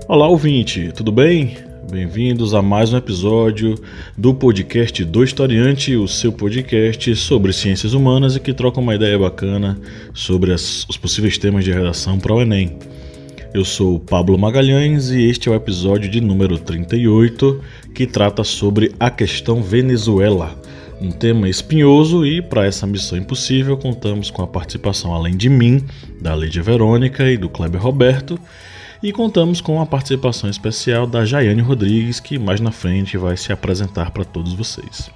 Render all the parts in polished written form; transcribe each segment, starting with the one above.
Olá, ouvinte, tudo bem? Bem-vindos a mais um episódio do podcast do Historiante, o seu podcast sobre ciências humanas e que troca uma ideia bacana sobre os possíveis temas de redação para o Enem. Eu sou o Pablo Magalhães e este é o episódio de número 38, que trata sobre a questão Venezuela, um tema espinhoso, e para essa missão impossível contamos com a participação, além de mim, da Lídia Verônica e do Kleber Roberto, e contamos com a participação especial da Jaiane Rodrigues, que mais na frente vai se apresentar para todos vocês.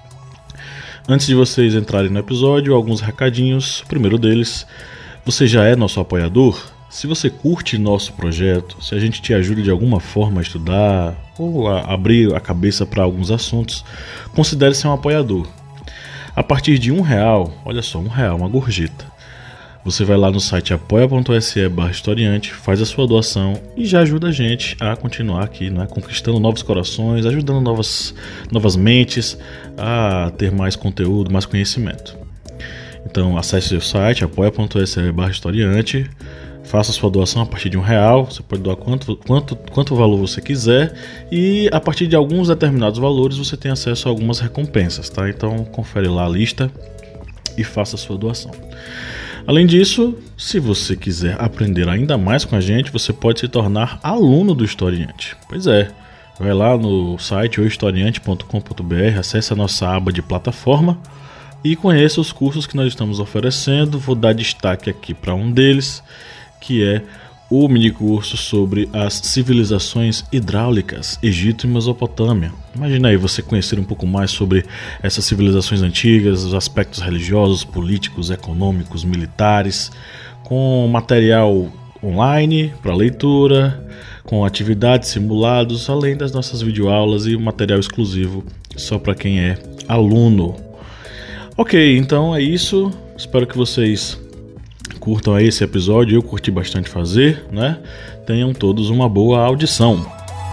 Antes de vocês entrarem no episódio, alguns recadinhos. O primeiro deles: você já é nosso apoiador? Se você curte nosso projeto, se a gente te ajuda de alguma forma a estudar ou a abrir a cabeça para alguns assuntos, considere ser um apoiador. A partir de R$1, olha só, R$1, uma gorjeta. Você vai lá no site apoia.se/historiante, faz a sua doação e já ajuda a gente a continuar aqui, né, conquistando novos corações, ajudando novas mentes a ter mais conteúdo, mais conhecimento. Então acesse o site apoia.se/historiante, faça a sua doação a partir de R$1, você pode doar quanto valor você quiser, e a partir de alguns determinados valores você tem acesso a algumas recompensas, tá? Então confere lá a lista e faça a sua doação. Além disso, se você quiser aprender ainda mais com a gente, você pode se tornar aluno do Historiante. Pois é, vai lá no site ohistoriante.com.br, acesse a nossa aba de plataforma e conheça os cursos que nós estamos oferecendo. Vou dar destaque aqui para um deles, que é o minicurso sobre as civilizações hidráulicas, Egito e Mesopotâmia. Imagina aí você conhecer um pouco mais sobre essas civilizações antigas, os aspectos religiosos, políticos, econômicos, militares, com material online para leitura, com atividades, simulados, além das nossas videoaulas e material exclusivo só para quem é aluno. Ok, então é isso. Espero que vocês curtam aí esse episódio, eu curti bastante fazer, né? Tenham todos uma boa audição.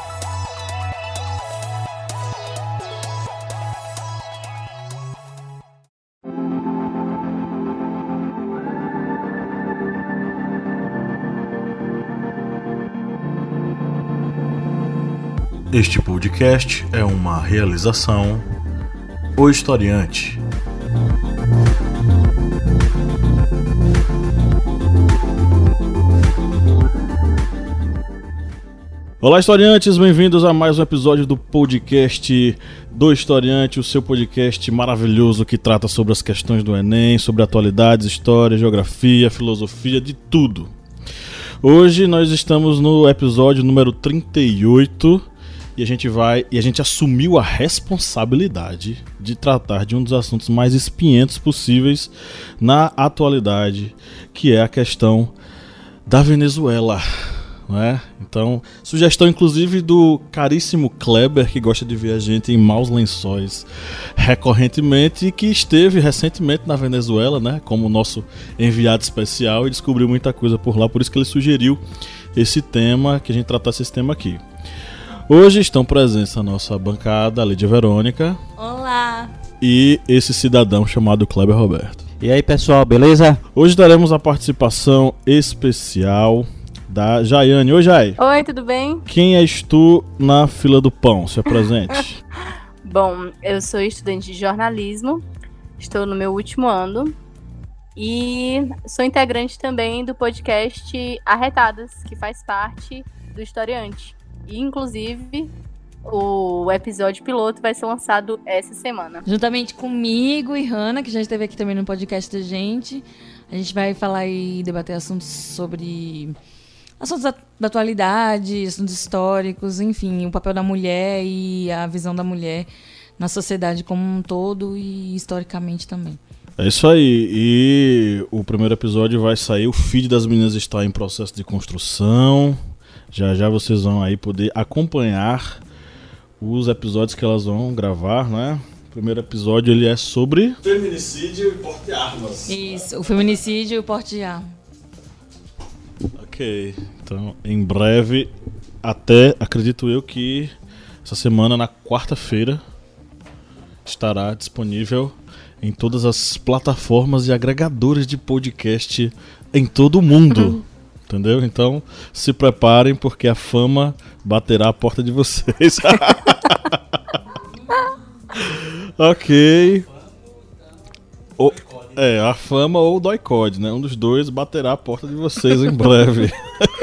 Este podcast é uma realização O Historiante. Olá, historiantes, bem-vindos a mais um episódio do podcast do Historiante, o seu podcast maravilhoso que trata sobre as questões do Enem, sobre atualidades, história, geografia, filosofia, de tudo. Hoje nós estamos no episódio número 38 e a gente assumiu a responsabilidade de tratar de um dos assuntos mais espinhentos possíveis na atualidade, que é a questão da Venezuela. É? Então, sugestão inclusive do caríssimo Kleber, que gosta de ver a gente em maus lençóis recorrentemente e que esteve recentemente na Venezuela, né, como nosso enviado especial, e descobriu muita coisa por lá, por isso que ele sugeriu esse tema, que a gente tratasse esse tema aqui. Hoje estão presentes na nossa bancada a Lídia Verônica. Olá! E esse cidadão chamado Kleber Roberto. E aí, pessoal, beleza? Hoje teremos a participação especial da Jaiane. Oi, Jai. Oi, tudo bem? Quem és tu na fila do pão? Se apresente. Bom, eu sou estudante de jornalismo, estou no meu último ano e sou integrante também do podcast Arretadas, que faz parte do Historiante. E, inclusive, o episódio piloto vai ser lançado essa semana. Juntamente comigo e Hanna, que já esteve aqui também no podcast da gente. A gente vai falar e debater assuntos sobre assuntos da atualidade, assuntos históricos, enfim, o papel da mulher e a visão da mulher na sociedade como um todo e historicamente também. É isso aí, e o primeiro episódio vai sair, o feed das meninas está em processo de construção, já vocês vão aí poder acompanhar os episódios que elas vão gravar, né? O primeiro episódio ele é sobre feminicídio e porte de armas. Isso, o feminicídio e o porte de arma. Ok, então em breve, até acredito eu que essa semana, na quarta-feira, estará disponível em todas as plataformas e agregadores de podcast em todo o mundo. entendeu? Então, se preparem porque a fama baterá a porta de vocês. Ok. A fama ou o doicode, né? Um dos dois baterá a porta de vocês em breve.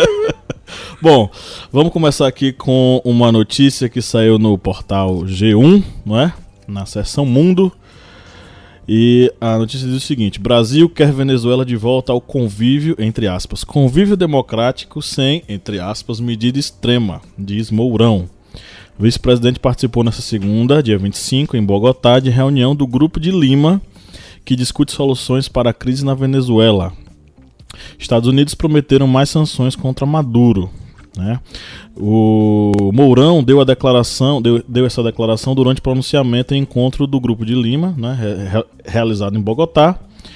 Bom, vamos começar aqui com uma notícia que saiu no portal G1, não é? Na seção Mundo. E a notícia diz o seguinte: Brasil quer Venezuela de volta ao convívio, entre aspas, convívio democrático sem, entre aspas, medida extrema, diz Mourão. O vice-presidente participou nesta segunda, dia 25, em Bogotá, de reunião do Grupo de Lima, que discute soluções para a crise na Venezuela. Estados Unidos prometeram mais sanções contra Maduro, né? O Mourão deu essa declaração durante o pronunciamento em encontro do Grupo de Lima, né, realizado em Bogotá.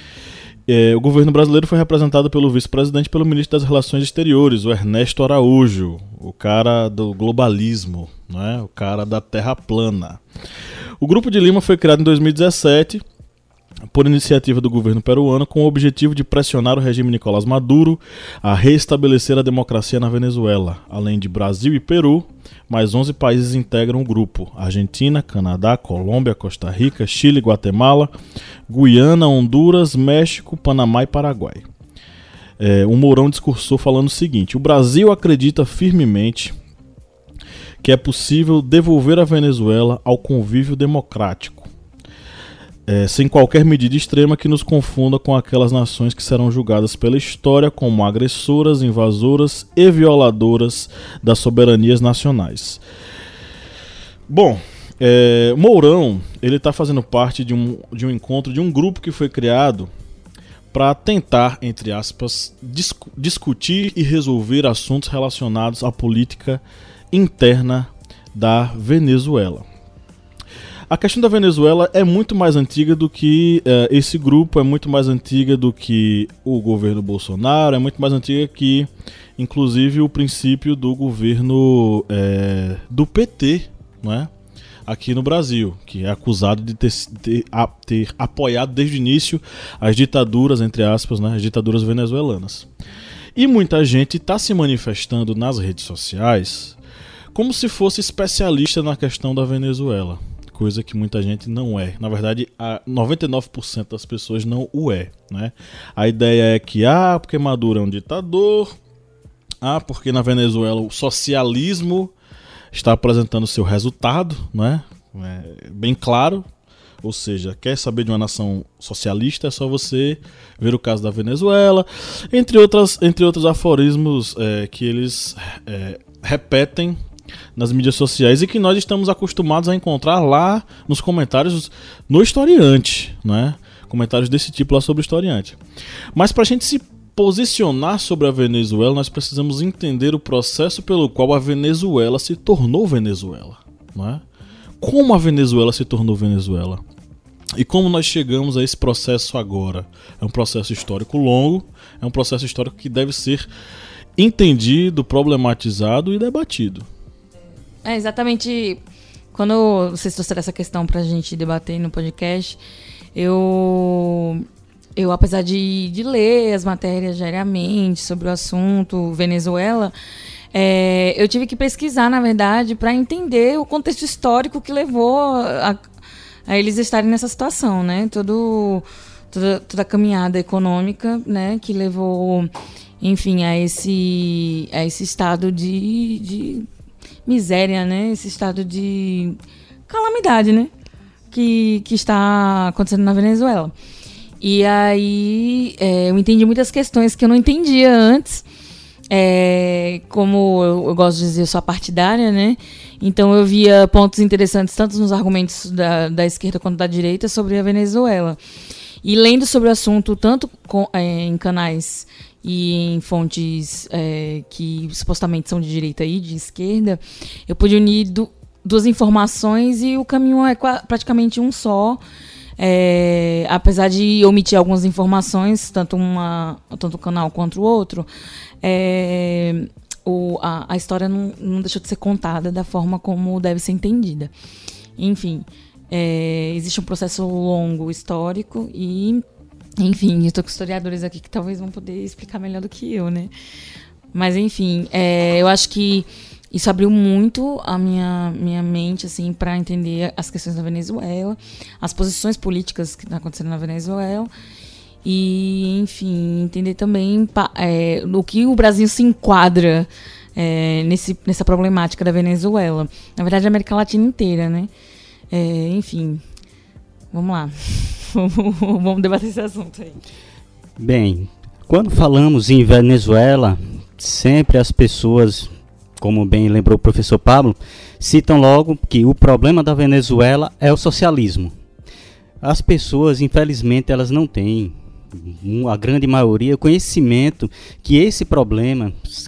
O governo brasileiro foi representado pelo vice-presidente e pelo ministro das Relações Exteriores, o Ernesto Araújo, o cara do globalismo, né, o cara da terra plana. O Grupo de Lima foi criado em 2017 por iniciativa do governo peruano com o objetivo de pressionar o regime Nicolás Maduro a reestabelecer a democracia na Venezuela. Além de Brasil e Peru, mais 11 países integram o grupo: Argentina, Canadá, Colômbia, Costa Rica, Chile, Guatemala, Guiana, Honduras, México, Panamá e Paraguai. O Mourão discursou falando o seguinte: o Brasil acredita firmemente que é possível devolver a Venezuela ao convívio democrático, sem qualquer medida extrema que nos confunda com aquelas nações que serão julgadas pela história como agressoras, invasoras e violadoras das soberanias nacionais. Bom, Mourão ele está fazendo parte de um encontro, de um grupo que foi criado para tentar, entre aspas, discutir e resolver assuntos relacionados à política interna da Venezuela. A questão da Venezuela é muito mais antiga do que esse grupo, é muito mais antiga do que o governo Bolsonaro, é muito mais antiga que, inclusive, o princípio do governo do PT, né, aqui no Brasil, que é acusado de ter apoiado desde o início as ditaduras, entre aspas, né, as ditaduras venezuelanas. E muita gente está se manifestando nas redes sociais como se fosse especialista na questão da Venezuela. Coisa que muita gente não é. Na verdade, 99% das pessoas não o é, né? A ideia é que, porque Maduro é um ditador, porque na Venezuela o socialismo está apresentando seu resultado, né? Bem claro. Ou seja, quer saber de uma nação socialista, é só você ver o caso da Venezuela, entre outros aforismos que eles repetem nas mídias sociais e que nós estamos acostumados a encontrar lá nos comentários no Historiante, né? Comentários desse tipo lá sobre o Historiante. Mas para a gente se posicionar sobre a Venezuela, nós precisamos entender o processo pelo qual a Venezuela se tornou Venezuela, né? Como a Venezuela se tornou Venezuela e como nós chegamos a esse processo agora. É um processo histórico longo, é um processo histórico que deve ser entendido, problematizado e debatido. Exatamente. Quando vocês trouxeram essa questão pra gente debater no podcast, eu apesar de ler as matérias diariamente sobre o assunto Venezuela, eu tive que pesquisar, na verdade, para entender o contexto histórico que levou a eles estarem nessa situação, né? Toda a caminhada econômica, né, que levou, enfim, a esse estado de miséria, né? Esse estado de calamidade, né? Que está acontecendo na Venezuela. E aí eu entendi muitas questões que eu não entendia antes. Como eu gosto de dizer, eu sou partidária, né? Então eu via pontos interessantes tanto nos argumentos da esquerda quanto da direita sobre a Venezuela. E lendo sobre o assunto, tanto em canais e em fontes que supostamente são de direita e de esquerda, eu pude unir duas informações e o caminho é praticamente um só. Apesar de omitir algumas informações, tanto um canal quanto o outro, a história não deixou de ser contada da forma como deve ser entendida. Enfim, existe um processo longo, histórico e, enfim, eu estou com historiadores aqui que talvez vão poder explicar melhor do que eu, né? Mas, enfim, eu acho que isso abriu muito a minha mente, assim, para entender as questões da Venezuela, as posições políticas que estão acontecendo na Venezuela e, enfim, entender também no que o Brasil se enquadra nessa problemática da Venezuela. Na verdade, a América Latina inteira, né? Enfim, vamos lá. Vamos debater esse assunto aí. Bem, quando falamos em Venezuela, sempre as pessoas, como bem lembrou o professor Pablo, citam logo que o problema da Venezuela é o socialismo. As pessoas, infelizmente, elas não têm, a grande maioria, conhecimento que esse problema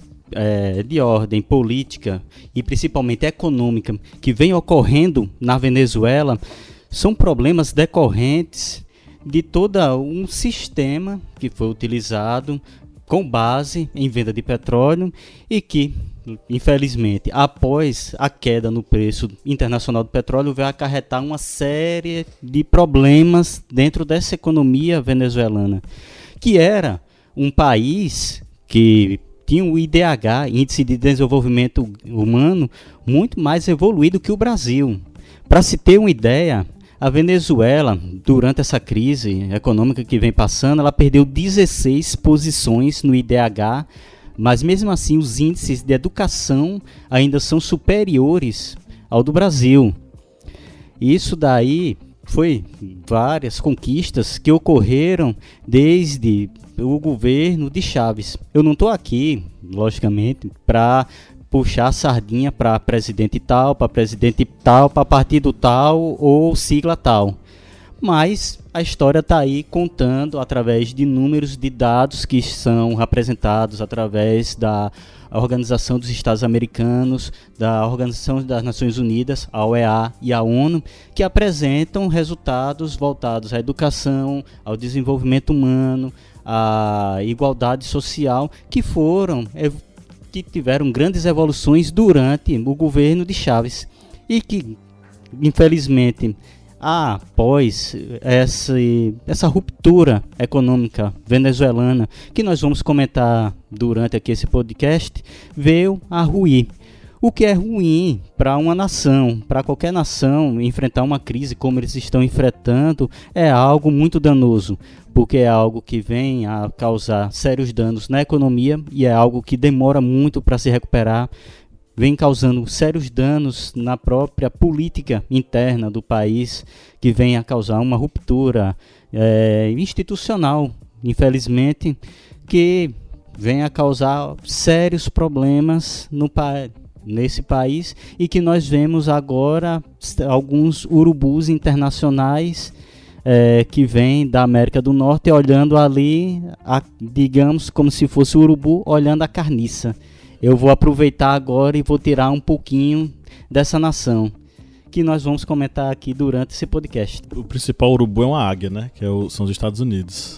de ordem política e principalmente econômica que vem ocorrendo na Venezuela são problemas decorrentes de todo um sistema que foi utilizado com base em venda de petróleo e que, infelizmente, após a queda no preço internacional do petróleo, vai acarretar uma série de problemas dentro dessa economia venezuelana, que era um país que tinha o IDH, Índice de Desenvolvimento Humano, muito mais evoluído que o Brasil. Para se ter uma ideia, a Venezuela, durante essa crise econômica que vem passando, ela perdeu 16 posições no IDH, mas mesmo assim os índices de educação ainda são superiores ao do Brasil. Isso daí foi várias conquistas que ocorreram desde o governo de Chávez. Eu não estou aqui, logicamente, para puxar a sardinha para presidente tal, para partido tal ou sigla tal. Mas a história está aí contando através de números de dados que são apresentados através da Organização dos Estados Americanos, da Organização das Nações Unidas, a OEA e a ONU, que apresentam resultados voltados à educação, ao desenvolvimento humano, à igualdade social, que tiveram grandes evoluções durante o governo de Chávez e que, infelizmente, após essa ruptura econômica venezuelana, que nós vamos comentar durante aqui esse podcast, veio a ruir. O que é ruim para uma nação, para qualquer nação, enfrentar uma crise como eles estão enfrentando, é algo muito danoso, porque é algo que vem a causar sérios danos na economia e é algo que demora muito para se recuperar, vem causando sérios danos na própria política interna do país, que vem a causar uma ruptura institucional, infelizmente, que vem a causar sérios problemas nesse país e que nós vemos agora alguns urubus internacionais que vêm da América do Norte olhando ali, digamos, como se fosse o urubu olhando a carniça. Eu vou aproveitar agora e vou tirar um pouquinho dessa nação, que nós vamos comentar aqui durante esse podcast. O principal urubu é uma águia, né? Que são os Estados Unidos.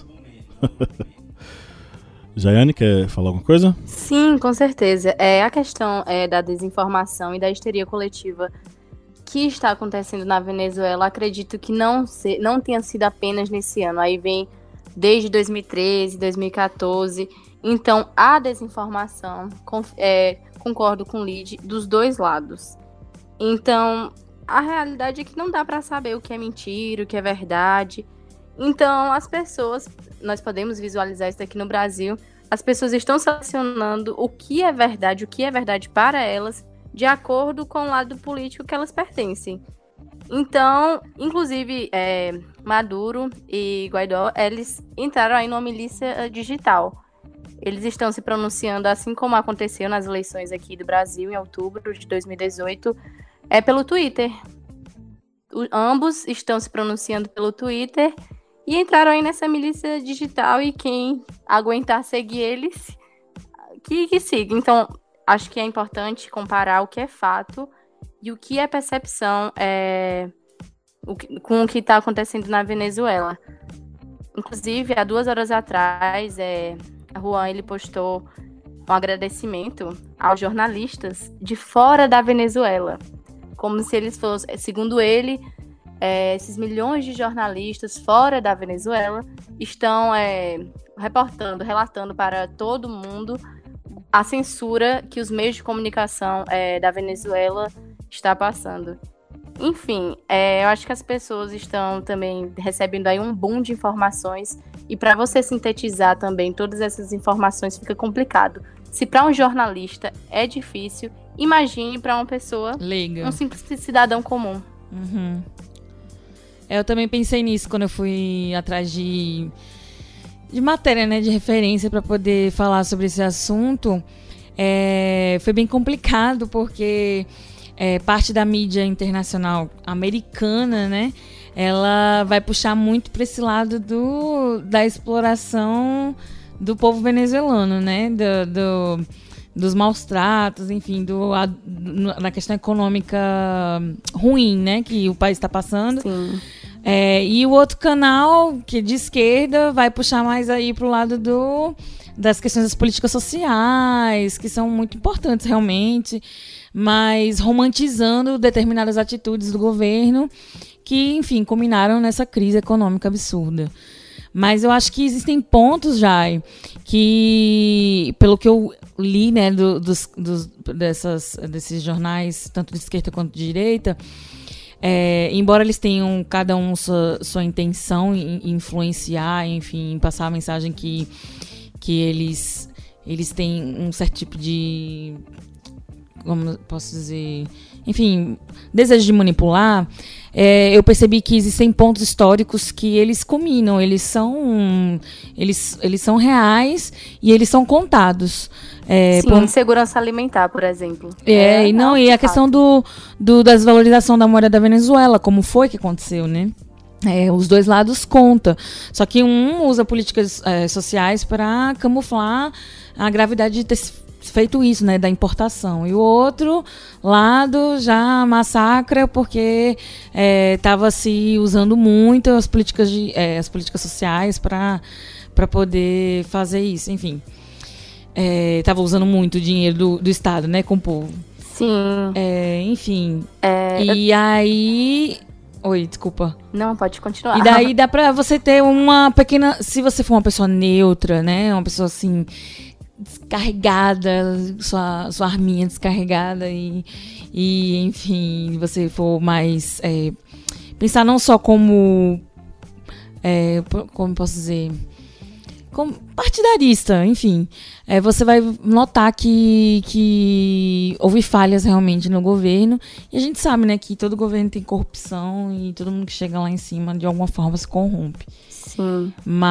Jaiane, quer falar alguma coisa? Sim, com certeza. A questão da desinformação e da histeria coletiva que está acontecendo na Venezuela, acredito que não tenha sido apenas nesse ano. Aí vem desde 2013, 2014. Então, a desinformação, concordo com o Lid, dos dois lados. Então, a realidade é que não dá para saber o que é mentira, o que é verdade. Então, as pessoas, nós podemos visualizar isso aqui no Brasil, as pessoas estão selecionando o que é verdade para elas, de acordo com o lado político que elas pertencem. Então, inclusive, Maduro e Guaidó, eles entraram aí numa milícia digital. Eles estão se pronunciando, assim como aconteceu nas eleições aqui do Brasil, em outubro de 2018, pelo Twitter. Ambos estão se pronunciando pelo Twitter e entraram aí nessa milícia digital, e quem aguentar seguir eles, que siga. Então, acho que é importante comparar o que é fato e o que é percepção com o que está acontecendo na Venezuela. Inclusive, há 2 horas atrás, Juan, ele postou um agradecimento aos jornalistas de fora da Venezuela, como se eles fossem, segundo ele, esses milhões de jornalistas fora da Venezuela estão relatando para todo mundo a censura que os meios de comunicação da Venezuela está passando. Enfim, eu acho que as pessoas estão também recebendo aí um boom de informações, e para você sintetizar também todas essas informações fica complicado. Se para um jornalista é difícil, imagine para uma pessoa, leiga, um simples cidadão comum. Uhum. Eu também pensei nisso quando eu fui atrás de matéria, né, de referência para poder falar sobre esse assunto. Foi bem complicado porque parte da mídia internacional americana, né, ela vai puxar muito para esse lado da exploração do povo venezuelano, né, dos maus tratos, enfim, da questão econômica ruim, né, que o país está passando. Sim. E o outro canal, que é de esquerda, vai puxar mais aí pro lado das questões das políticas sociais, que são muito importantes realmente, mas romantizando determinadas atitudes do governo que, enfim, culminaram nessa crise econômica absurda. Mas eu acho que existem pontos, Jai, que, pelo que eu li, né, desses jornais, tanto de esquerda quanto de direita, embora eles tenham cada um sua intenção em influenciar, enfim, em passar a mensagem que eles têm um certo tipo de, como posso dizer, enfim, desejo de manipular, eu percebi que existem pontos históricos que eles culminam, eles são reais e eles são contados. Sim, insegurança alimentar, por exemplo. E a questão da desvalorização da moeda da Venezuela, como foi que aconteceu, né? Os dois lados contam. Só que um usa políticas sociais para camuflar a gravidade de ter feito isso, né, da importação. E o outro lado já massacra porque estava se usando muito as políticas sociais para poder fazer isso. Enfim, estava usando muito o dinheiro do Estado, né, com o povo. Sim. Enfim. E aí... Oi, desculpa. Não, pode continuar. E daí dá pra você ter uma pequena... Se você for uma pessoa neutra, né? Uma pessoa, assim, descarregada, sua arminha descarregada e enfim, você for mais... pensar não só como posso dizer... como partidarista, enfim. Você vai notar que houve falhas realmente no governo. E a gente sabe, né, que todo governo tem corrupção e todo mundo que chega lá em cima, de alguma forma, se corrompe. Sim.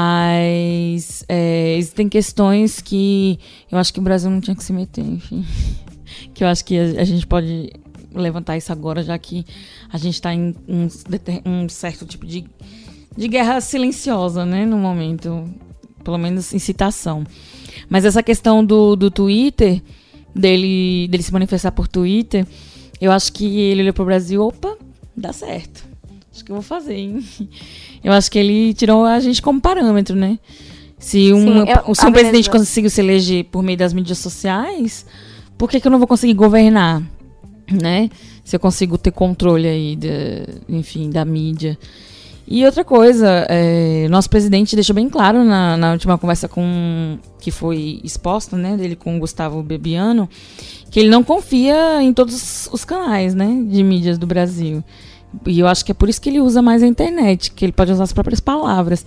Mas existem questões que eu acho que o Brasil não tinha que se meter, enfim. Que eu acho que a gente pode levantar isso agora, já que a gente está em um certo tipo de guerra silenciosa, né, no momento. Pelo menos em citação. Mas essa questão do Twitter, dele se manifestar por Twitter, eu acho que ele olhou pro Brasil, opa, dá certo. Acho que eu vou fazer, hein? Eu acho que ele tirou a gente como parâmetro, né? Se um presidente conseguiu se eleger por meio das mídias sociais, por que eu não vou conseguir governar, né? Se eu consigo ter controle aí, enfim, da mídia. E outra coisa, nosso presidente deixou bem claro na última conversa que foi exposta, né, dele com o Gustavo Bebiano, que ele não confia em todos os canais, né, de mídias do Brasil. E eu acho que é por isso que ele usa mais a internet, que ele pode usar as próprias palavras.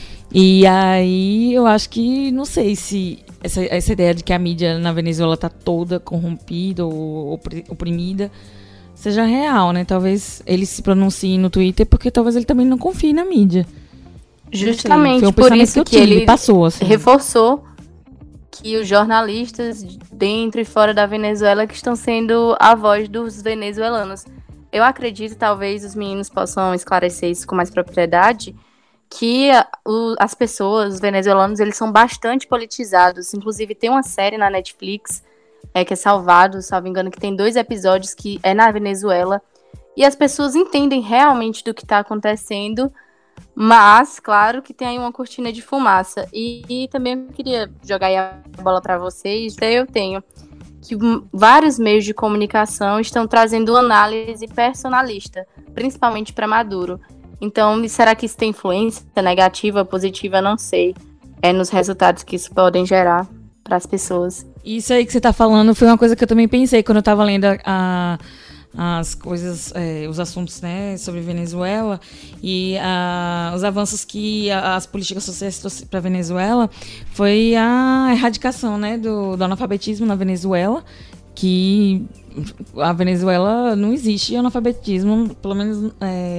E aí eu acho que, não sei se essa ideia de que a mídia na Venezuela está toda corrompida ou oprimida seja real, né? Talvez ele se pronuncie no Twitter porque talvez ele também não confie na mídia. Justamente por isso que ele passou, assim. Reforçou que os jornalistas dentro e fora da Venezuela que estão sendo a voz dos venezuelanos. Eu acredito, talvez os meninos possam esclarecer isso com mais propriedade, que as pessoas, os venezuelanos, eles são bastante politizados. Inclusive tem uma série na Netflix que é Salvado, salvo engano, que tem 2 episódios que é na Venezuela, e as pessoas entendem realmente do que está acontecendo, mas, claro, que tem aí uma cortina de fumaça. E também eu queria jogar aí a bola para vocês, eu tenho, que vários meios de comunicação estão trazendo análise personalista, principalmente para Maduro. Então, será que isso tem influência negativa, positiva? Não sei. Nos resultados que isso podem gerar as pessoas. Isso aí que você tá falando foi uma coisa que eu também pensei quando eu tava lendo as coisas, os assuntos, né, sobre Venezuela e os avanços que as políticas sociais trouxeram para Venezuela foi a erradicação, né, do analfabetismo na Venezuela, que a Venezuela não existe analfabetismo, pelo menos,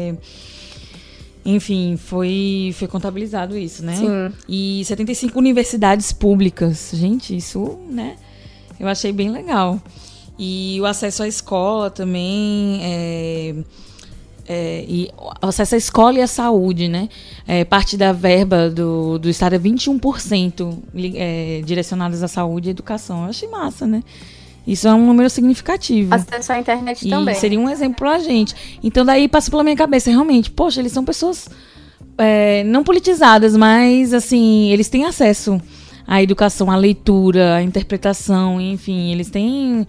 enfim, foi contabilizado isso, né? Sim. E 75 universidades públicas, gente, isso, né, eu achei bem legal. E o acesso à escola também, e o acesso à escola e à saúde, né? Parte da verba do Estado é 21% direcionadas à saúde e educação. Eu achei massa, né? Isso é um número significativo. Acesso à internet e também. Seria um exemplo pra gente. Então daí passa pela minha cabeça, realmente, poxa, eles são pessoas não politizadas, mas assim, eles têm acesso à educação, à leitura, à interpretação, enfim, eles têm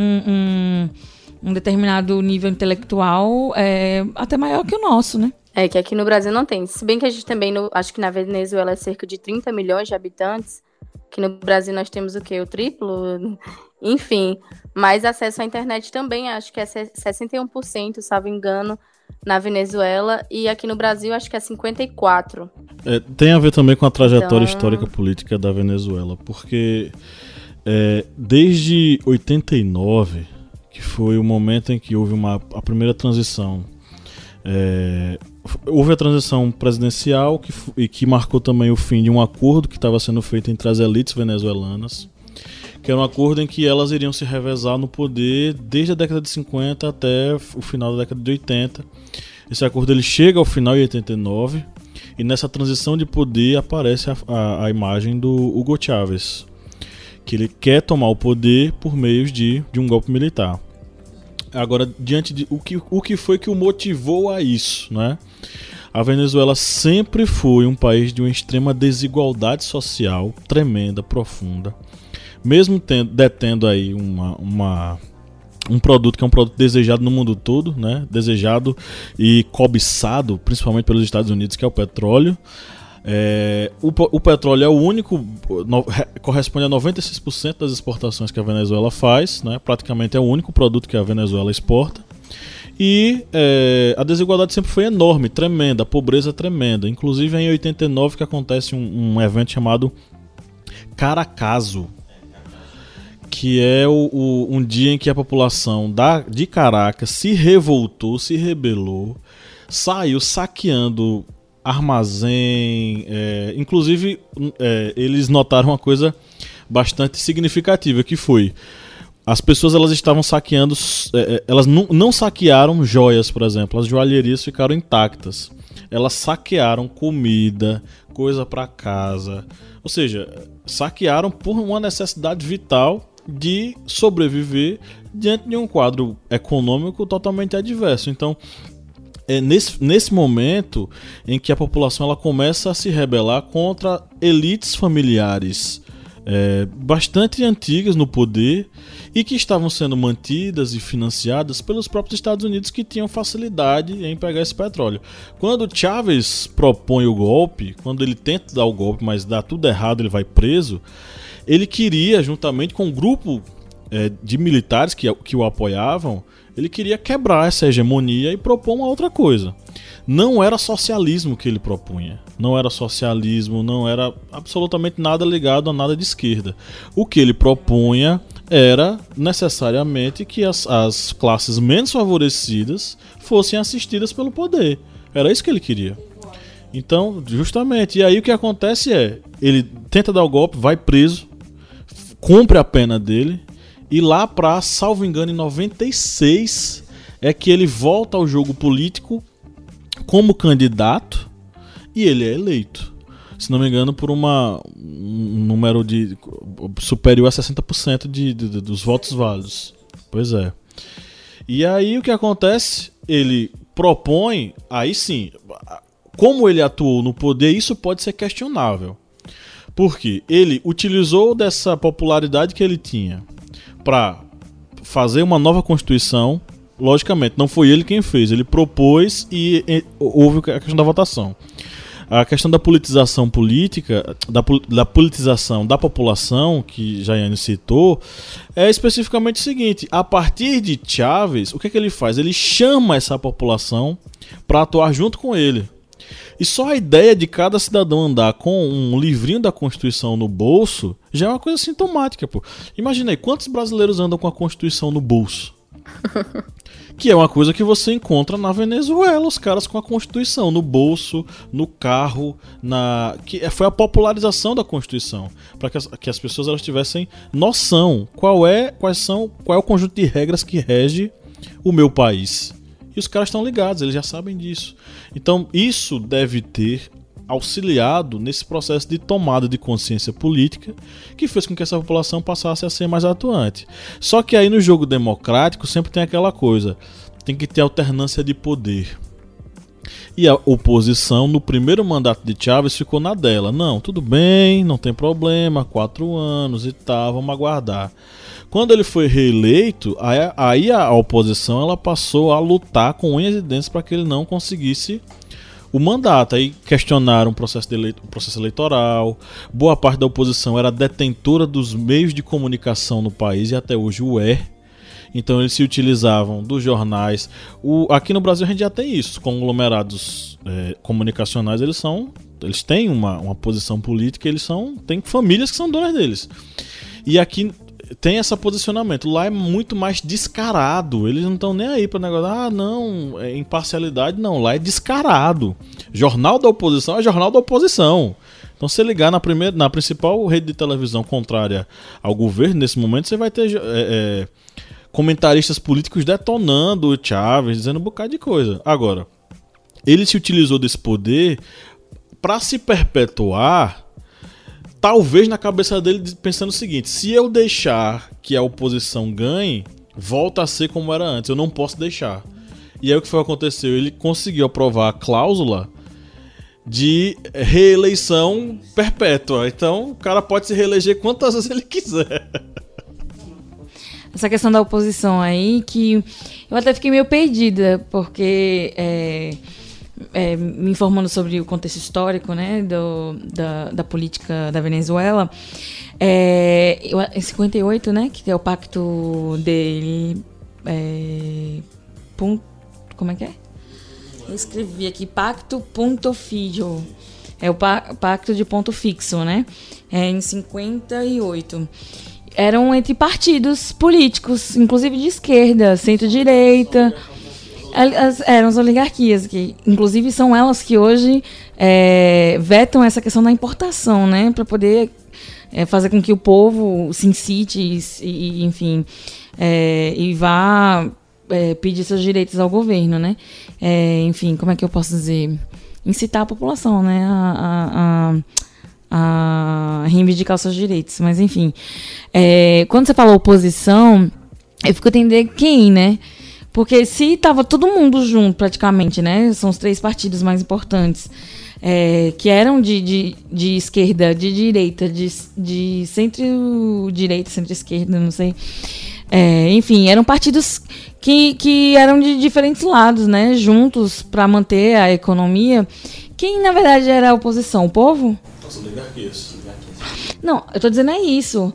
um determinado nível intelectual até maior que o nosso, né? Que aqui no Brasil não tem. Se bem que a gente também, acho que na Venezuela é cerca de 30 milhões de habitantes, que no Brasil nós temos o quê? O triplo? Enfim, mas acesso à internet também, acho que é 61%, salvo engano, na Venezuela, e aqui no Brasil acho que é 54%. Tem a ver também com a trajetória histórica política da Venezuela, porque desde 89, que foi o momento em que houve a primeira transição, houve a transição presidencial que marcou também o fim de um acordo que estava sendo feito entre as elites venezuelanas, que era um acordo em que elas iriam se revezar no poder desde a década de 50 até o final da década de 80. Esse acordo ele chega ao final em 89, e nessa transição de poder aparece a imagem do Hugo Chávez, que ele quer tomar o poder por meio de um golpe militar. Agora, diante de o que foi que o motivou a isso, né? A Venezuela sempre foi um país de uma extrema desigualdade social tremenda, profunda. Mesmo detendo aí um produto que é um produto desejado no mundo todo, né? Desejado e cobiçado, principalmente pelos Estados Unidos, que é o petróleo. O petróleo é o único, corresponde a 96% das exportações que a Venezuela faz, né? Praticamente é o único produto que a Venezuela exporta. E a desigualdade sempre foi enorme, tremenda, a pobreza tremenda. Inclusive é em 89 que acontece um evento chamado Caracazo, que é um dia em que a população de Caracas se revoltou, se rebelou, saiu saqueando armazém. Inclusive, eles notaram uma coisa bastante significativa, que foi: as pessoas elas estavam saqueando, elas não saquearam joias, por exemplo, as joalherias ficaram intactas. Elas saquearam comida, coisa para casa, ou seja, saquearam por uma necessidade vital de sobreviver diante de um quadro econômico totalmente adverso. Então, nesse momento em que a população ela começa a se rebelar contra elites familiares bastante antigas no poder e que estavam sendo mantidas e financiadas pelos próprios Estados Unidos, que tinham facilidade em pegar esse petróleo. Quando Chávez propõe o golpe, quando ele tenta dar o golpe, mas dá tudo errado, ele vai preso, ele queria, juntamente com um grupo de militares que o apoiavam, ele queria quebrar essa hegemonia e propor uma outra coisa. Não era socialismo que ele propunha. Não era socialismo, não era absolutamente nada ligado a nada de esquerda. O que ele propunha era necessariamente que as classes menos favorecidas fossem assistidas pelo poder. Era isso que ele queria. Então, justamente, e aí o que acontece ele tenta dar o golpe, vai preso, cumpre a pena dele, e lá pra, salvo engano, em 96 é que ele volta ao jogo político como candidato e ele é eleito. Se não me engano, por um número superior a 60% dos votos válidos. Pois é. E aí o que acontece? Ele propõe, aí sim, como ele atuou no poder, isso pode ser questionável. Porque ele utilizou dessa popularidade que ele tinha para fazer uma nova Constituição. Logicamente, não foi ele quem fez, ele propôs e houve a questão da votação. A questão da politização política, da politização da população, que Jaiane citou, é especificamente o seguinte: a partir de Chávez, o que ele faz? Ele chama essa população para atuar junto com ele. E só a ideia de cada cidadão andar com um livrinho da Constituição no bolso já é uma coisa sintomática, pô. Imagina aí, quantos brasileiros andam com a Constituição no bolso? Que é uma coisa que você encontra na Venezuela, os caras com a Constituição no bolso, no carro, foi a popularização da Constituição, para que as pessoas elas tivessem noção qual é o conjunto de regras que rege o meu país. E os caras estão ligados, eles já sabem disso. Então isso deve ter auxiliado nesse processo de tomada de consciência política que fez com que essa população passasse a ser mais atuante. Só que aí no jogo democrático sempre tem aquela coisa, tem que ter alternância de poder. E a oposição no primeiro mandato de Chávez ficou na dela. Não, tudo bem, não tem problema, 4 anos e tal, vamos aguardar. Quando ele foi reeleito, aí a oposição ela passou a lutar com unhas e dentes para que ele não conseguisse o mandato. Aí questionaram o processo eleitoral. Boa parte da oposição era detentora dos meios de comunicação no país e até hoje o é. Então eles se utilizavam dos jornais. Aqui no Brasil a gente já tem isso. Os conglomerados comunicacionais eles têm uma posição política, têm famílias que são donas deles. E aqui tem esse posicionamento. Lá é muito mais descarado. Eles não estão nem aí para negócio. Não, imparcialidade não. Lá é descarado. Jornal da oposição é jornal da oposição. Então, se você ligar na principal rede de televisão contrária ao governo, nesse momento, você vai ter comentaristas políticos detonando o Chávez, dizendo um bocado de coisa. Agora, ele se utilizou desse poder para se perpetuar, talvez na cabeça dele pensando o seguinte: se eu deixar que a oposição ganhe, volta a ser como era antes, eu não posso deixar. E aí o que foi que aconteceu? Ele conseguiu aprovar a cláusula de reeleição perpétua. Então o cara pode se reeleger quantas vezes ele quiser. Essa questão da oposição aí, que eu até fiquei meio perdida, porque me informando sobre o contexto histórico, né, da política da Venezuela, em 58, né, que é o pacto dele, como é que é? Eu escrevi aqui, pacto ponto fijo, é o pacto de ponto fixo, né, em 58. Eram entre partidos políticos, inclusive de esquerda, centro-direita. Eram as oligarquias, que inclusive são elas que hoje vetam essa questão da importação, né? Para poder fazer com que o povo se incite e enfim, e vá pedir seus direitos ao governo, né? Enfim, como é que eu posso dizer? Incitar a população, né? A reivindicar os seus direitos. Mas enfim, quando você fala oposição, eu fico entendendo quem, né? Porque se estava todo mundo junto praticamente, né? São os 3 partidos mais importantes, que eram de esquerda, de direita, de centro-direita, centro-esquerda, não sei. Enfim, eram partidos que eram de diferentes lados, né? Juntos para manter a economia. Quem, na verdade, era a oposição? O povo? As oligarquias. Não, eu tô dizendo isso.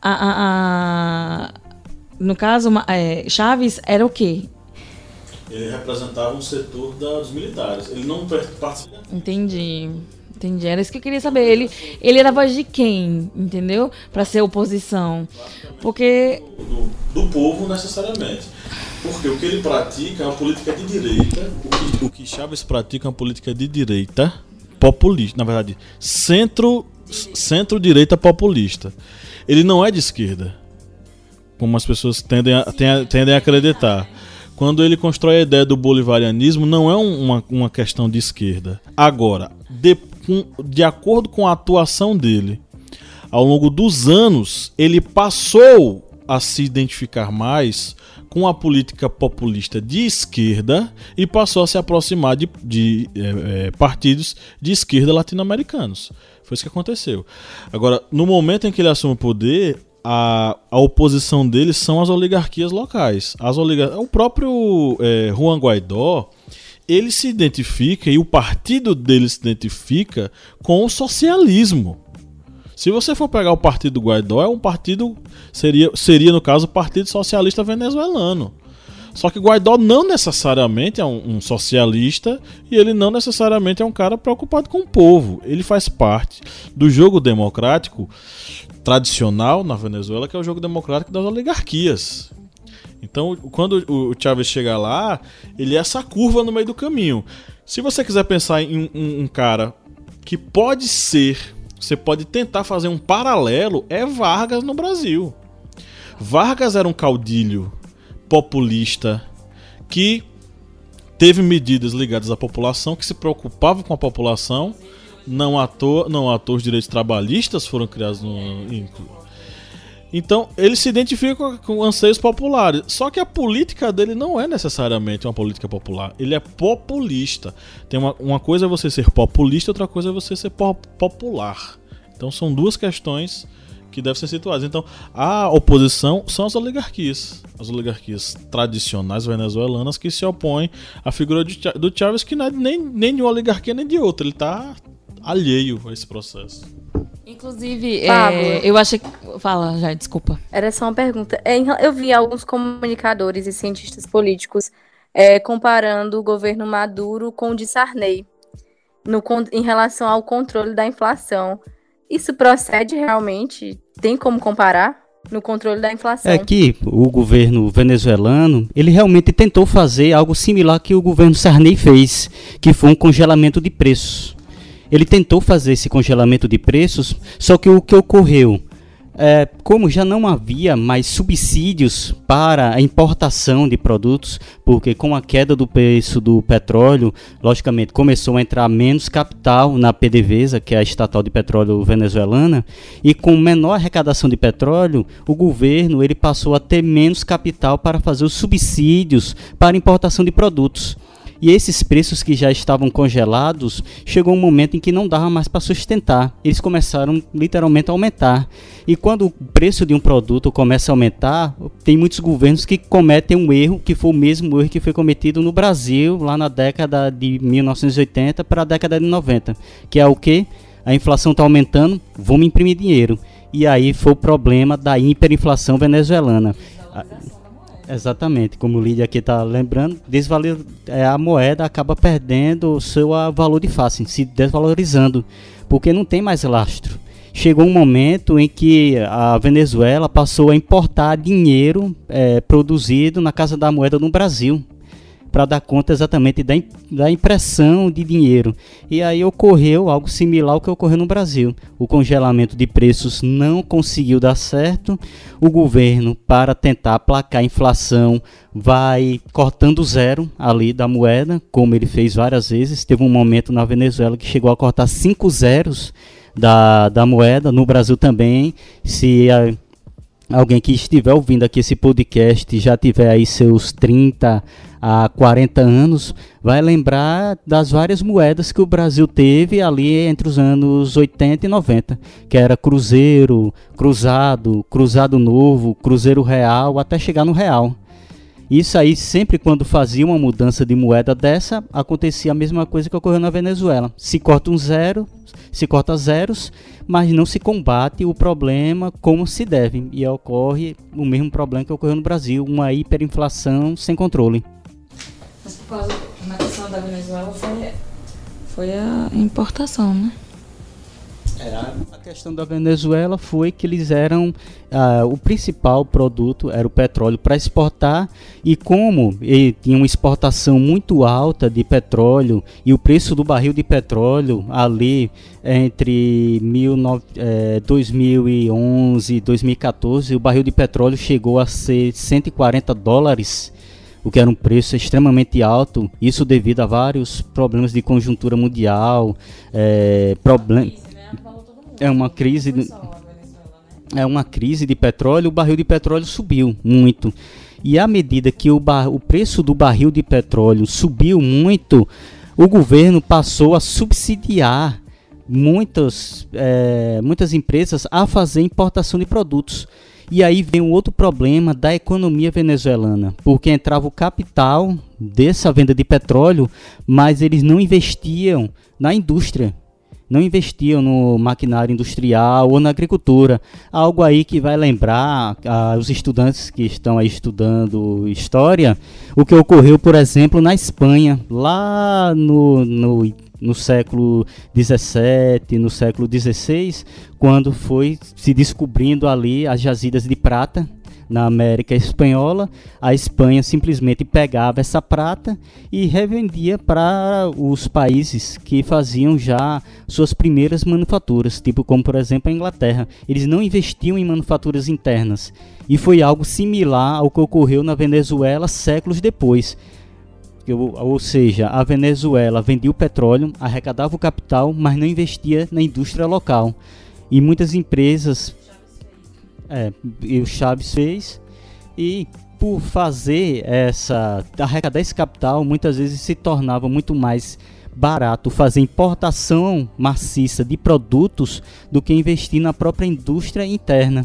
No caso, Chávez era o quê? Ele representava um setor dos militares. Ele não participava. Entendi. Era isso que eu queria saber. Ele era a voz de quem, entendeu? Para ser oposição. Porque do povo, necessariamente. Porque o que ele pratica é uma política de direita. O que Chávez pratica é uma política de direita populista. Na verdade, centro-direita populista. Ele não é de esquerda, como as pessoas tendem a acreditar. Quando ele constrói a ideia do bolivarianismo, não é uma questão de esquerda. Agora, de acordo com a atuação dele, ao longo dos anos, ele passou a se identificar mais com a política populista de esquerda e passou a se aproximar de partidos de esquerda latino-americanos. Foi isso que aconteceu. Agora, no momento em que ele assume o poder, a oposição dele são as oligarquias locais. O próprio Juan Guaidó, ele se identifica, e o partido dele se identifica com o socialismo. Se você for pegar o partido do Guaidó, é um partido, seria no caso o Partido Socialista Venezuelano. Só que Guaidó não necessariamente é um socialista, e ele não necessariamente é um cara preocupado com o povo. Ele faz parte do jogo democrático tradicional na Venezuela, que é o jogo democrático das oligarquias. Então, quando o Chávez chega lá, ele é essa curva no meio do caminho. Se você quiser pensar em um cara que pode ser, você pode tentar fazer um paralelo, é Vargas no Brasil. Vargas era um caudilho populista que teve medidas ligadas à população, que se preocupava com a população. Não à toa os direitos trabalhistas foram criados Então, ele se identifica com anseios populares. Só que a política dele não é necessariamente uma política popular. Ele é populista. Tem uma coisa é você ser populista, outra coisa é você ser popular. Então, são duas questões que devem ser situadas. Então, a oposição são as oligarquias tradicionais venezuelanas que se opõem à figura do Chávez, que não é nem de uma oligarquia nem de outra. Ele está alheio a esse processo. Inclusive, eu achei que... Fala, já, desculpa. Era só uma pergunta. Eu vi alguns comunicadores e cientistas políticos comparando o governo Maduro com o de Sarney em relação ao controle da inflação. Isso procede realmente? Tem como comparar no controle da inflação? É que o governo venezuelano, ele realmente tentou fazer algo similar que o governo Sarney fez, que foi um congelamento de preços. Ele tentou fazer esse congelamento de preços, só que o que ocorreu, como já não havia mais subsídios para a importação de produtos, porque com a queda do preço do petróleo, logicamente começou a entrar menos capital na PDVSA, que é a estatal de petróleo venezuelana, e com menor arrecadação de petróleo, o governo ele passou a ter menos capital para fazer os subsídios para importação de produtos. E esses preços que já estavam congelados, chegou um momento em que não dava mais para sustentar. Eles começaram literalmente a aumentar. E quando o preço de um produto começa a aumentar, tem muitos governos que cometem um erro, que foi o mesmo erro que foi cometido no Brasil, lá na década de 1980 para a década de 90. Que é o quê? A inflação está aumentando, vamos imprimir dinheiro. E aí foi o problema da hiperinflação venezuelana. Exatamente, como o Lídia aqui está lembrando, a moeda acaba perdendo o seu valor de face, se desvalorizando, porque não tem mais lastro. Chegou um momento em que a Venezuela passou a importar dinheiro produzido na Casa da Moeda no Brasil, para dar conta exatamente da impressão de dinheiro. E aí ocorreu algo similar ao que ocorreu no Brasil. O congelamento de preços não conseguiu dar certo. O governo, para tentar aplacar a inflação, vai cortando zero ali da moeda, como ele fez várias vezes. Teve um momento na Venezuela que chegou a cortar 5 zeros da moeda, no Brasil também. Se alguém que estiver ouvindo aqui esse podcast já tiver aí seus 30 a 40 anos, vai lembrar das várias moedas que o Brasil teve ali entre os anos 80 e 90, que era Cruzeiro, Cruzado Novo, Cruzeiro Real, até chegar no Real. Isso aí, sempre quando fazia uma mudança de moeda dessa, acontecia a mesma coisa que ocorreu na Venezuela. Se corta zeros, mas não se combate o problema como se deve. E ocorre o mesmo problema que ocorreu no Brasil, uma hiperinflação sem controle. Mas por causa da questão da Venezuela foi a importação, né? A questão da Venezuela foi que eles eram o principal produto era o petróleo para exportar, e como ele tinha uma exportação muito alta de petróleo e o preço do barril de petróleo ali entre 2011 e 2014, o barril de petróleo chegou a ser $140, o que era um preço extremamente alto, isso devido a vários problemas de conjuntura mundial, é uma crise de petróleo. O barril de petróleo subiu muito, e à medida que o preço do barril de petróleo subiu muito, o governo passou a subsidiar muitas empresas a fazer importação de produtos. E aí vem um outro problema da economia venezuelana, porque entrava o capital dessa venda de petróleo, mas eles não investiam na indústria, não investiam no maquinário industrial ou na agricultura. Algo aí que vai lembrar os estudantes que estão aí estudando história, o que ocorreu, por exemplo, na Espanha, lá no século XVII, no século XVI, quando foi se descobrindo ali as jazidas de prata na América Espanhola. A Espanha simplesmente pegava essa prata e revendia para os países que faziam já suas primeiras manufaturas, tipo como, por exemplo, a Inglaterra. Eles não investiam em manufaturas internas, e foi algo similar ao que ocorreu na Venezuela séculos depois. Ou seja, a Venezuela vendia o petróleo, arrecadava o capital, mas não investia na indústria local. E muitas empresas... o Chávez fez, e por fazer arrecadar esse capital, muitas vezes se tornava muito mais barato fazer importação maciça de produtos do que investir na própria indústria interna.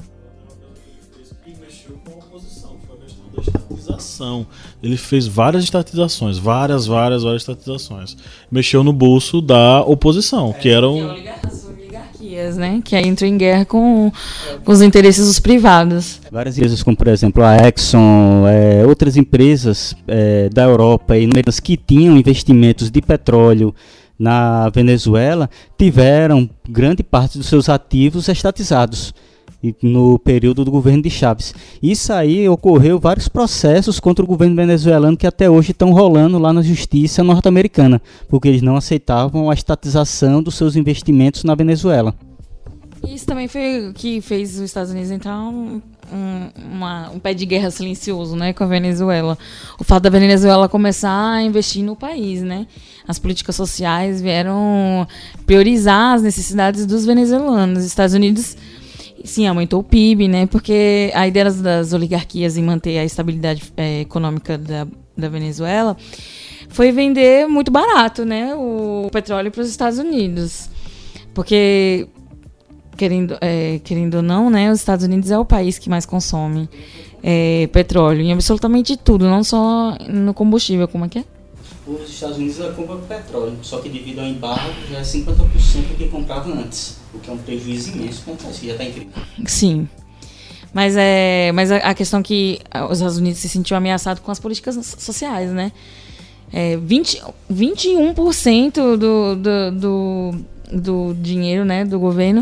Ele fez várias estatizações, várias estatizações. Mexeu no bolso da oposição, que eram oligarquias, né? Que aí entrou em guerra com os interesses dos privados. Várias empresas, como por exemplo a Exxon, outras empresas da Europa e que tinham investimentos de petróleo na Venezuela, tiveram grande parte dos seus ativos estatizados no período do governo de Chávez. Isso aí ocorreu vários processos contra o governo venezuelano que até hoje estão rolando lá na justiça norte-americana, porque eles não aceitavam a estatização dos seus investimentos na Venezuela. Isso também foi o que fez os Estados Unidos entrar um pé de guerra silencioso, né, com a Venezuela. O fato da Venezuela começar a investir no país, né? As políticas sociais vieram priorizar as necessidades dos venezuelanos. Os Estados Unidos, sim, aumentou o PIB, né? Porque a ideia das oligarquias em manter a estabilidade econômica da Venezuela foi vender muito barato, né? O petróleo para os Estados Unidos. Porque, querendo ou não, né? Os Estados Unidos é o país que mais consome petróleo em absolutamente tudo, não só no combustível. Como é que é? Os Estados Unidos compram petróleo, só que devido ao embargo já é 50% do que comprava antes, o que é um prejuízo imenso, que já está incrível. Sim, mas a questão é que os Estados Unidos se sentiu ameaçado com as políticas sociais, né? 21% do dinheiro, né, do governo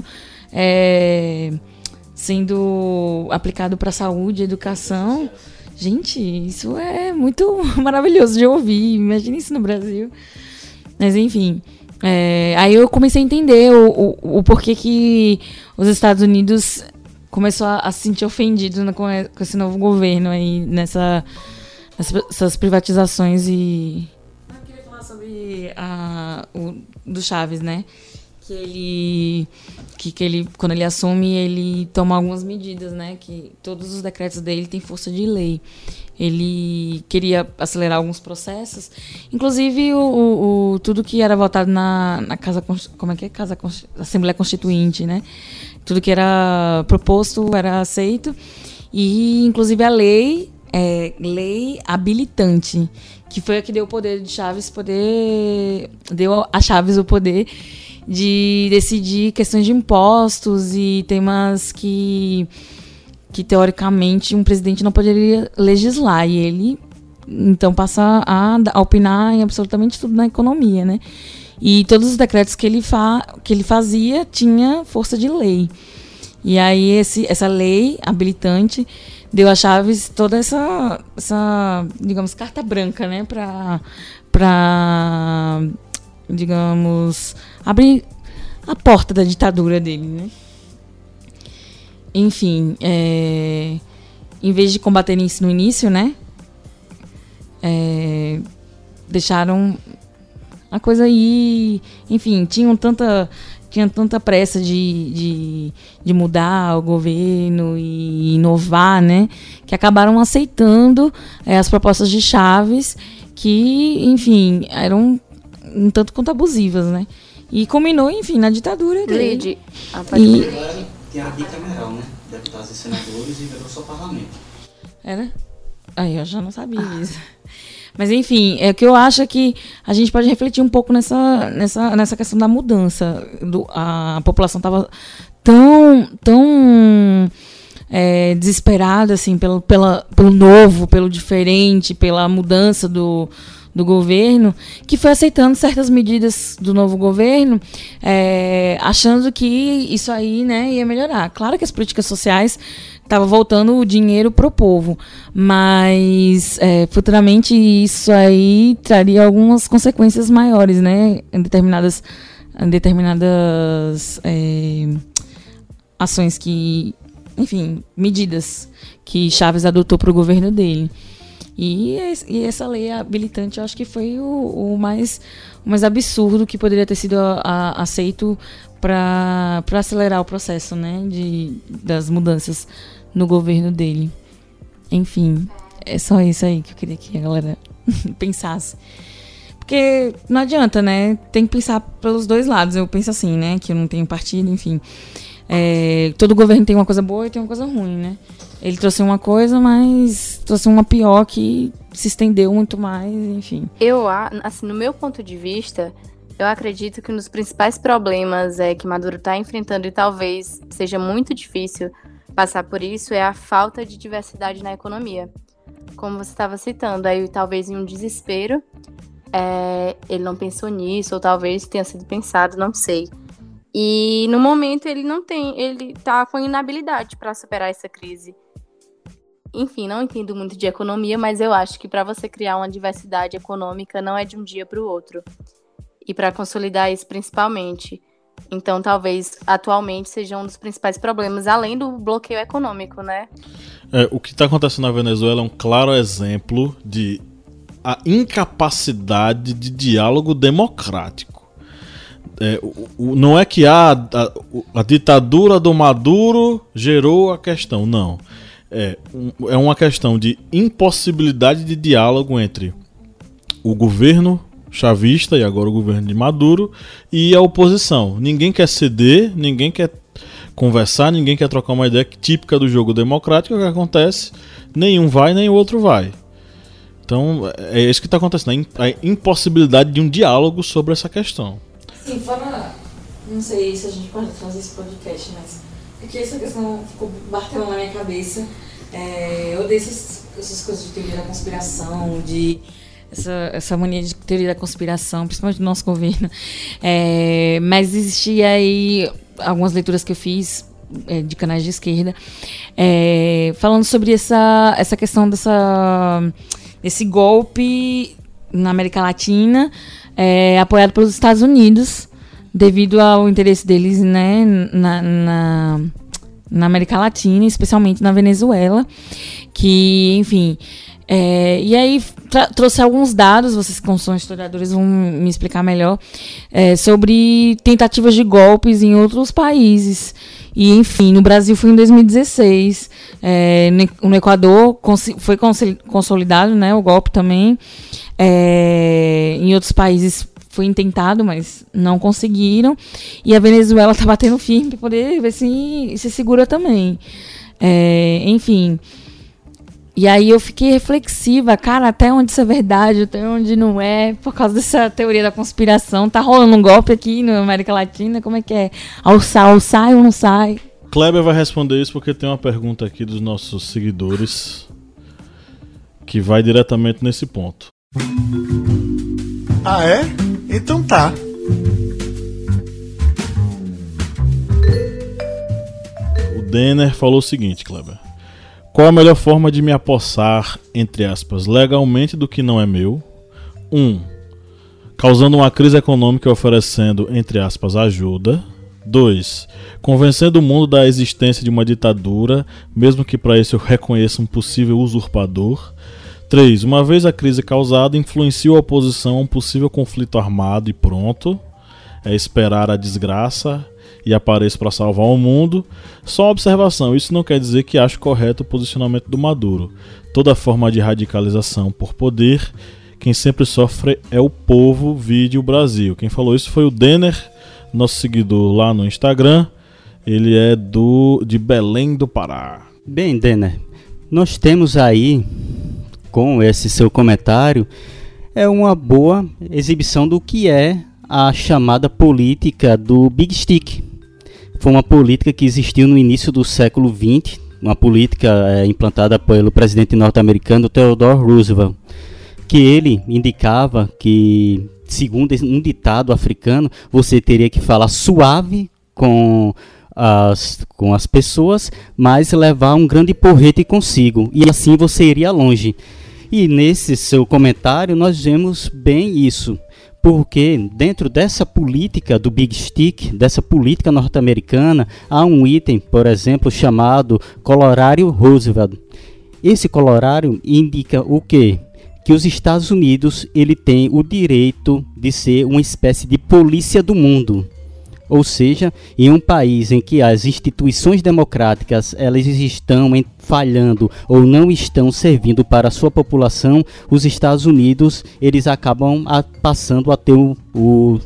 sendo aplicado para saúde e educação. Gente, isso é muito maravilhoso de ouvir. Imagina isso no Brasil. Mas, enfim. Aí eu comecei a entender o porquê que os Estados Unidos começou a se sentir ofendido com esse novo governo aí, nessas privatizações. E eu queria falar sobre do Chávez, né? Que ele, quando ele assume, ele toma algumas medidas, né? Que todos os decretos dele têm força de lei. Ele queria acelerar alguns processos, inclusive tudo que era votado na casa, como é que é? Assembleia Constituinte, né? Tudo que era proposto era aceito, e inclusive a lei habilitante, que foi a que deu o poder de Chávez, deu a Chávez o poder de decidir questões de impostos e temas que teoricamente um presidente não poderia legislar, e ele então passa a opinar em absolutamente tudo na economia, né? E todos os decretos que ele fazia tinha força de lei. E aí essa lei habilitante deu a Chávez toda essa digamos, carta branca, né, para digamos, abrir a porta da ditadura dele, né? Enfim, em vez de combaterem isso no início, né, deixaram a coisa aí, enfim, tinham tanta pressa de mudar o governo e inovar, né, que acabaram aceitando as propostas de Chávez, que, enfim, eram um tanto quanto abusivas, né? E culminou, enfim, na ditadura dele. Agora tem a bicameral, né? deputados e senadores e virou só parlamento. Era? Aí eu já não sabia isso. Mas enfim, o que eu acho é que a gente pode refletir um pouco nessa questão da mudança. A população estava tão desesperada assim, pelo novo, pelo diferente, pela mudança do governo, que foi aceitando certas medidas do novo governo, achando que isso aí, né, ia melhorar. Claro que as políticas sociais estavam voltando o dinheiro pro povo, mas futuramente isso aí traria algumas consequências maiores, né, em determinadas ações que, enfim, medidas que Chaves adotou para o governo dele. E essa lei habilitante, eu acho que foi o mais absurdo que poderia ter sido aceito para acelerar o processo, né, das mudanças no governo dele. Enfim, é só isso aí que eu queria que a galera pensasse. Porque não adianta, né? Tem que pensar pelos dois lados. Eu penso assim, né? Que eu não tenho partido, enfim. Todo governo tem uma coisa boa e tem uma coisa ruim, né? Ele trouxe uma coisa, mas trouxe uma pior que se estendeu muito mais, enfim. Assim, no meu ponto de vista, eu acredito que um dos principais problemas que Maduro está enfrentando, e talvez seja muito difícil passar por isso, é a falta de diversidade na economia. Como você estava citando, aí talvez em um desespero, ele não pensou nisso, ou talvez tenha sido pensado, não sei. E no momento ele tá com inabilidade para superar essa crise. Enfim, não entendo muito de economia, mas eu acho que para você criar uma diversidade econômica não é de um dia para o outro. E para consolidar isso principalmente. Então, talvez, atualmente, seja um dos principais problemas, além do bloqueio econômico, né? O que está acontecendo na Venezuela é um claro exemplo de a incapacidade de diálogo democrático. Não é que a ditadura do Maduro gerou a questão, não. É uma questão de impossibilidade de diálogo entre o governo chavista e agora o governo de Maduro e a oposição. Ninguém quer ceder, ninguém quer conversar, ninguém quer trocar uma ideia típica do jogo democrático. O que acontece? Nenhum vai, nem o outro vai. Então é isso que está acontecendo, a impossibilidade de um diálogo sobre essa questão. Sim, não sei se a gente pode fazer esse podcast, mas porque essa questão ficou batendo na minha cabeça. Eu odeio essas coisas de teoria da conspiração, de essa mania de teoria da conspiração, principalmente do nosso governo. Mas existia aí algumas leituras que eu fiz de canais de esquerda, falando sobre essa questão desse golpe na América Latina, apoiado pelos Estados Unidos, devido ao interesse deles, né, na América Latina, especialmente na Venezuela, que, enfim... e aí trouxe alguns dados, vocês que são historiadores vão me explicar melhor, sobre tentativas de golpes em outros países. E, enfim, no Brasil foi em 2016, no Equador foi consolidado, né, o golpe também, em outros países foi intentado, mas não conseguiram, e a Venezuela está batendo firme para poder ver se segura também. Enfim... E aí eu fiquei reflexiva, cara, até onde isso é verdade, até onde não é, por causa dessa teoria da conspiração. Tá rolando um golpe aqui na América Latina, como é que é? Sai ou não sai? Kleber vai responder isso porque tem uma pergunta aqui dos nossos seguidores que vai diretamente nesse ponto. Ah, é? Então tá. O Denner falou o seguinte, Kleber. Qual a melhor forma de me apossar, entre aspas, legalmente do que não é meu? 1. Causando uma crise econômica e oferecendo, entre aspas, ajuda. 2. Convencendo o mundo da existência de uma ditadura, mesmo que para isso eu reconheça um possível usurpador. 3. Uma vez a crise causada, influencio a oposição a um possível conflito armado e pronto. É esperar a desgraça e apareço para salvar o mundo. Só uma observação, isso não quer dizer que acho correto o posicionamento do Maduro. Toda forma de radicalização por poder, quem sempre sofre é o povo, vide o Brasil. Quem falou isso foi o Denner, nosso seguidor lá no Instagram. Ele é de Belém do Pará. Bem, Denner, nós temos aí, com esse seu comentário, uma boa exibição do que é a chamada política do Big Stick. Foi uma política que existiu no início do século XX, uma política implantada pelo presidente norte-americano Theodore Roosevelt, que ele indicava que, segundo um ditado africano, você teria que falar suave com as pessoas, mas levar um grande porrete consigo, e assim você iria longe. E nesse seu comentário nós vemos bem isso, porque dentro dessa política do Big Stick, dessa política norte-americana, há um item, por exemplo, chamado Colorário Roosevelt. Esse colorário indica o quê? Que os Estados Unidos ele tem o direito de ser uma espécie de polícia do mundo. Ou seja, em um país em que as instituições democráticas elas estão falhando ou não estão servindo para a sua população, os Estados Unidos eles acabam passando a ter o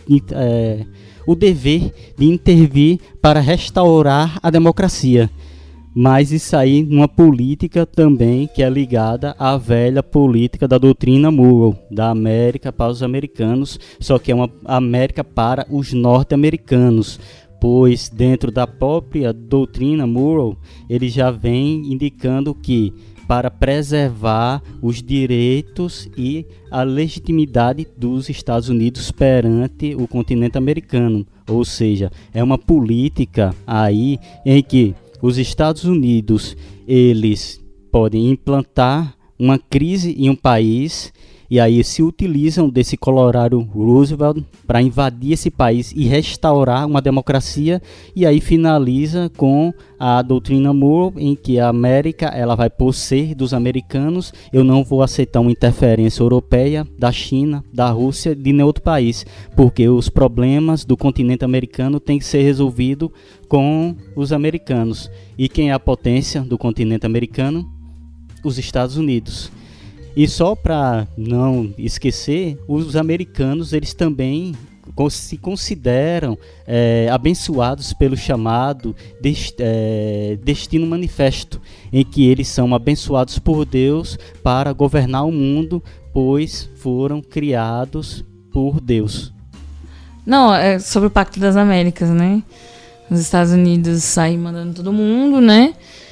dever de intervir para restaurar a democracia. Mas isso aí numa política também que é ligada à velha política da doutrina Monroe, da América para os americanos, só que é uma América para os norte-americanos, pois dentro da própria doutrina Monroe, ele já vem indicando que para preservar os direitos e a legitimidade dos Estados Unidos perante o continente americano, ou seja, é uma política aí em que os Estados Unidos eles podem implantar uma crise em um país e aí se utilizam desse Colorário Roosevelt para invadir esse país e restaurar uma democracia, e aí finaliza com a doutrina Monroe, em que a América ela vai por ser dos americanos, eu não vou aceitar uma interferência europeia, da China, da Rússia, de nenhum outro país, porque os problemas do continente americano têm que ser resolvidos com os americanos. E quem é a potência do continente americano? Os Estados Unidos. E só para não esquecer, os americanos eles também se consideram abençoados pelo chamado Destino Manifesto, em que eles são abençoados por Deus para governar o mundo, pois foram criados por Deus. Não, é sobre o Pacto das Américas, né? Os Estados Unidos saem mandando todo mundo, né?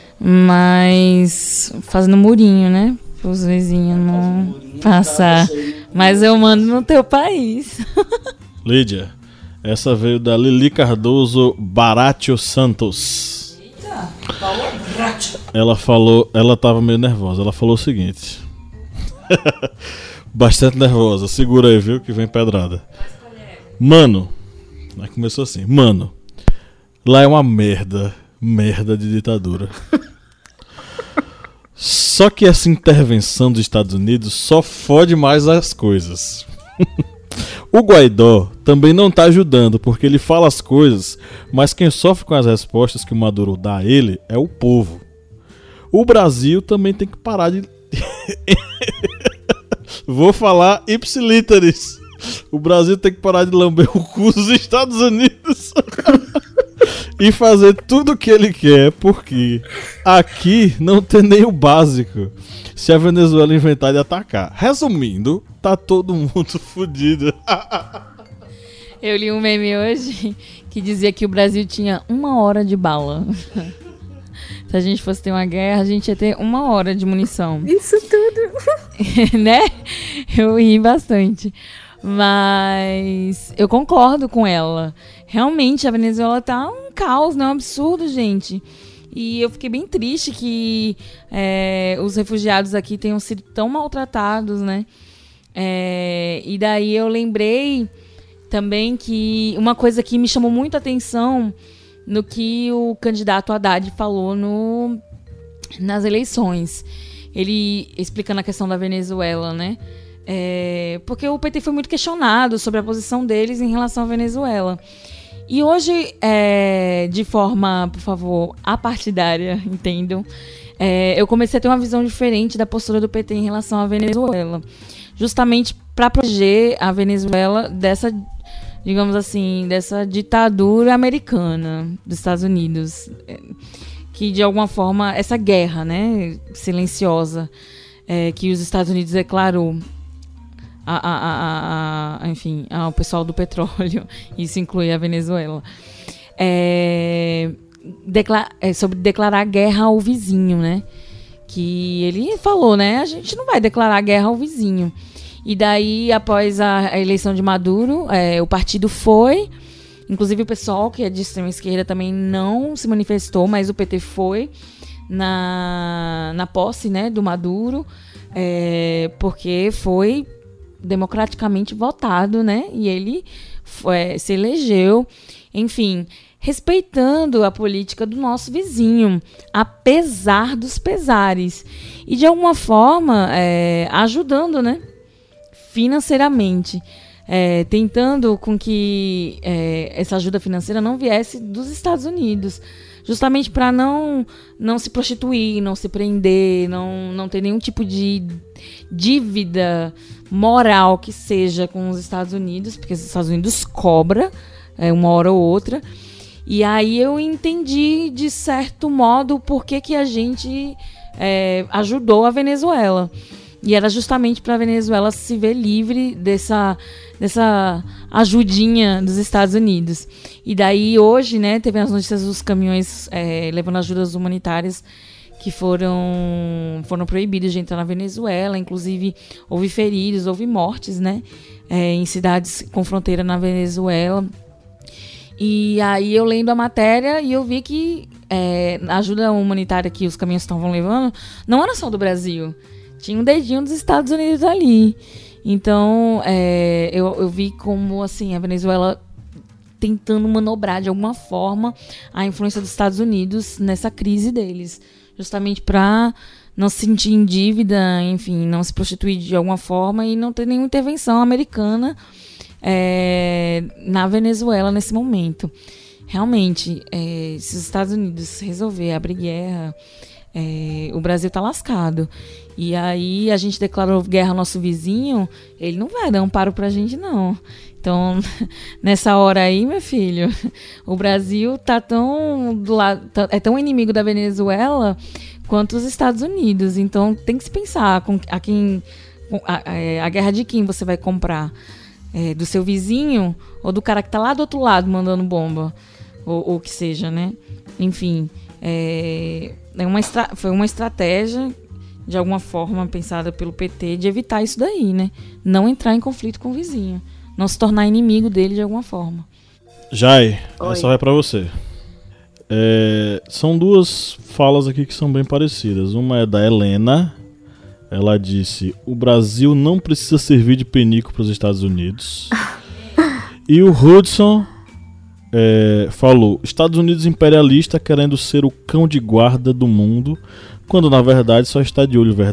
Mas fazendo murinho, né? Para os vizinhos não passar. Mas eu mando no teu país. Lídia, essa veio da Lili Cardoso Baratio Santos. Eita, ela tava meio nervosa. Ela falou o seguinte. Bastante nervosa. Segura aí, viu, que vem pedrada. Mano, aí começou assim. Mano, lá é uma merda de ditadura. Só que essa intervenção dos Estados Unidos só fode mais as coisas. O Guaidó também não tá ajudando, porque ele fala as coisas, mas quem sofre com as respostas que o Maduro dá a ele é o povo. O Brasil também tem que parar de... Vou falar ipsilíteres. O Brasil tem que parar de lamber o cu dos Estados Unidos. E fazer tudo o que ele quer, porque aqui não tem nem o básico se a Venezuela inventar de atacar. Resumindo, tá todo mundo fudido. Eu li um meme hoje que dizia que o Brasil tinha 1 hora de bala. Se a gente fosse ter uma guerra, a gente ia ter 1 hora de munição. Isso tudo. Né? Eu ri bastante. Mas eu concordo com ela. Realmente, a Venezuela tá um caos, né? Um absurdo, gente. E eu fiquei bem triste que os refugiados aqui tenham sido tão maltratados, né? E daí eu lembrei também que uma coisa que me chamou muito a atenção no que o candidato Haddad falou nas eleições. Ele explicando a questão da Venezuela, né? Porque o PT foi muito questionado sobre a posição deles em relação à Venezuela. E hoje, de forma, por favor, apartidária, entendam, eu comecei a ter uma visão diferente da postura do PT em relação à Venezuela. Justamente para proteger a Venezuela digamos assim, dessa ditadura americana dos Estados Unidos, que de alguma forma, essa guerra, né, silenciosa, que os Estados Unidos declarou enfim, ao pessoal do petróleo, isso inclui a Venezuela, sobre declarar guerra ao vizinho, né? Que ele falou, né? A gente não vai declarar guerra ao vizinho. E daí, após a eleição de Maduro, o partido foi, inclusive o pessoal que é de extrema esquerda também não se manifestou, mas o PT foi na posse, né, do Maduro, porque foi democraticamente votado, né? E ele se elegeu, enfim, respeitando a política do nosso vizinho, apesar dos pesares. E de alguma forma ajudando, né? Financeiramente. Tentando com que essa ajuda financeira não viesse dos Estados Unidos. Justamente para não se prostituir, não se prender, não ter nenhum tipo de dívida moral que seja com os Estados Unidos, porque os Estados Unidos cobra uma hora ou outra. E aí eu entendi, de certo modo, por que a gente ajudou a Venezuela. E era justamente para a Venezuela se ver livre dessa ajudinha dos Estados Unidos. E daí hoje, né, teve as notícias dos caminhões levando ajudas humanitárias que foram proibidos de entrar na Venezuela. Inclusive houve feridos, houve mortes, né, em cidades com fronteira na Venezuela. E aí eu lendo a matéria e eu vi que a ajuda humanitária que os caminhões estavam levando não era só do Brasil. Tinha um dedinho dos Estados Unidos ali. Então, eu vi como assim, a Venezuela tentando manobrar de alguma forma a influência dos Estados Unidos nessa crise deles. Justamente para não se sentir em dívida, enfim, não se prostituir de alguma forma e não ter nenhuma intervenção americana na Venezuela nesse momento. Realmente, se os Estados Unidos resolver abrir guerra, o Brasil tá lascado. E aí a gente declarou guerra ao nosso vizinho, ele não vai dar amparo pra gente, não. Então, nessa hora aí, meu filho, o Brasil tá tão do lado, é tão inimigo da Venezuela quanto os Estados Unidos. Então, tem que se pensar a guerra de quem você vai comprar. Do seu vizinho ou do cara que tá lá do outro lado mandando bomba, ou que seja, né? Enfim, foi uma estratégia, de alguma forma, pensada pelo PT, de evitar isso daí, né? Não entrar em conflito com o vizinho. Não se tornar inimigo dele de alguma forma. Jai, Oi. essa vai pra você. São duas falas aqui que são bem parecidas. Uma é da Helena. Ela disse: o Brasil não precisa servir de penico para os Estados Unidos. E o Hudson falou: Estados Unidos imperialista querendo ser o cão de guarda do mundo, quando na verdade só está de olho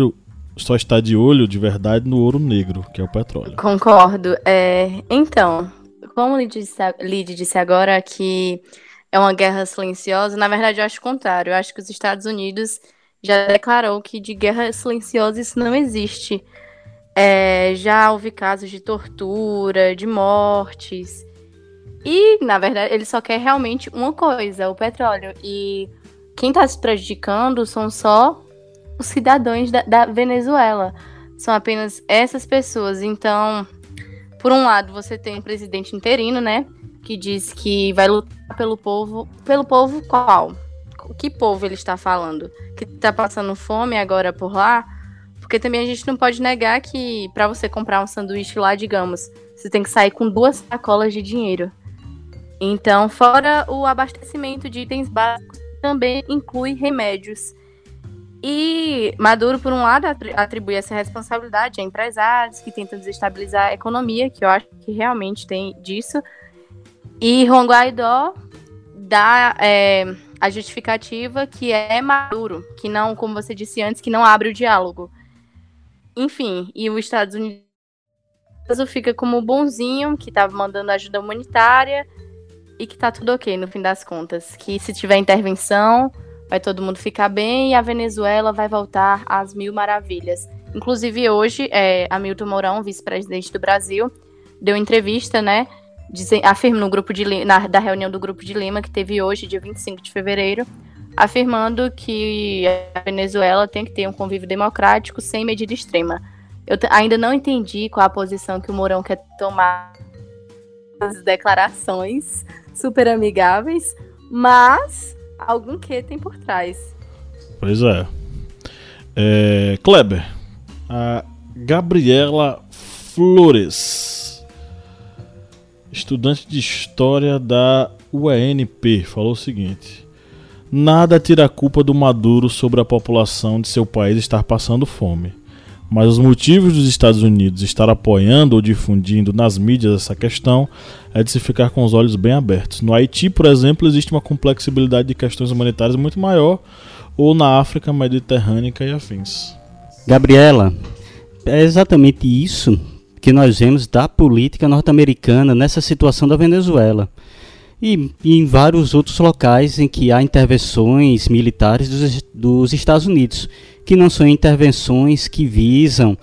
de verdade no ouro negro, que é o petróleo. Concordo. Então, como Lid disse agora que é uma guerra silenciosa, na verdade eu acho o contrário. Eu acho que os Estados Unidos já declarou que de guerra silenciosa isso não existe. Já houve casos de tortura, de mortes. E, na verdade, ele só quer realmente uma coisa, o petróleo. E quem está se prejudicando são só os cidadãos da Venezuela. São apenas essas pessoas. Então, por um lado, você tem um presidente interino, né? Que diz que vai lutar pelo povo. Pelo povo qual? Que povo ele está falando? Que está passando fome agora por lá? Porque também a gente não pode negar que para você comprar um sanduíche lá, digamos, você tem que sair com 2 sacolas de dinheiro. Então, fora o abastecimento de itens básicos, também inclui remédios. E Maduro, por um lado, atribui essa responsabilidade a empresários que tentam desestabilizar a economia, que eu acho que realmente tem disso. E Juan Guaidó dá a justificativa que é Maduro, que não, como você disse antes, que não abre o diálogo. Enfim, e os Estados Unidos fica como o bonzinho, que tá mandando ajuda humanitária e que tá tudo ok, no fim das contas. Que se tiver intervenção, vai todo mundo ficar bem e a Venezuela vai voltar às mil maravilhas. Inclusive hoje, Hamilton Mourão, vice-presidente do Brasil, deu entrevista, né, afirma no grupo da reunião do Grupo de Lima, que teve hoje, dia 25 de fevereiro, afirmando que a Venezuela tem que ter um convívio democrático sem medida extrema. Eu ainda não entendi qual a posição que o Mourão quer tomar as declarações super amigáveis, mas algum que tem por trás. Pois é. Kleber, a Gabriela Flores, estudante de História da UENP, falou o seguinte: nada tira a culpa do Maduro sobre a população de seu país estar passando fome. Mas os motivos dos Estados Unidos estar apoiando ou difundindo nas mídias essa questão é de se ficar com os olhos bem abertos. No Haiti, por exemplo, existe uma complexibilidade de questões humanitárias muito maior, ou na África Mediterrânea e afins. Gabriela, é exatamente isso que nós vemos da política norte-americana nessa situação da Venezuela. E em vários outros locais em que há intervenções militares dos Estados Unidos, que não são intervenções que visam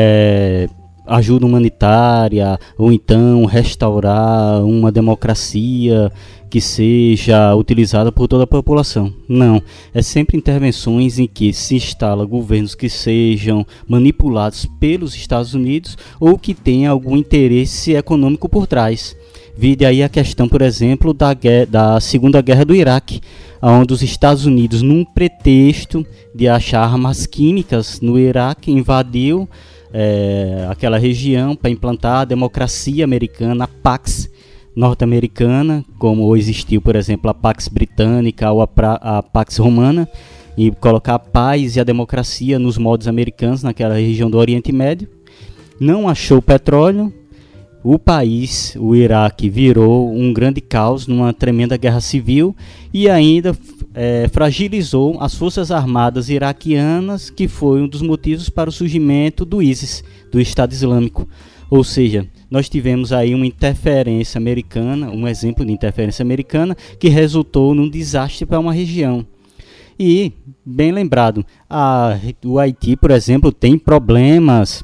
ajuda humanitária ou então restaurar uma democracia que seja utilizada por toda a população. Não, é sempre intervenções em que se instala governos que sejam manipulados pelos Estados Unidos ou que tenham algum interesse econômico por trás. Vide aí a questão, por exemplo, da Segunda Guerra do Iraque, onde os Estados Unidos, num pretexto de achar armas químicas no Iraque, invadiu aquela região para implantar a democracia americana, a Pax norte-americana, como existiu, por exemplo, a Pax britânica ou a Pax romana, e colocar a paz e a democracia nos moldes americanos naquela região do Oriente Médio. Não achou petróleo. O país, o Iraque, virou um grande caos numa tremenda guerra civil e ainda fragilizou as forças armadas iraquianas, que foi um dos motivos para o surgimento do ISIS, do Estado Islâmico. Ou seja, nós tivemos aí uma interferência americana, um exemplo de interferência americana, que resultou num desastre para uma região. E, bem lembrado, o Haiti, por exemplo, tem problemas.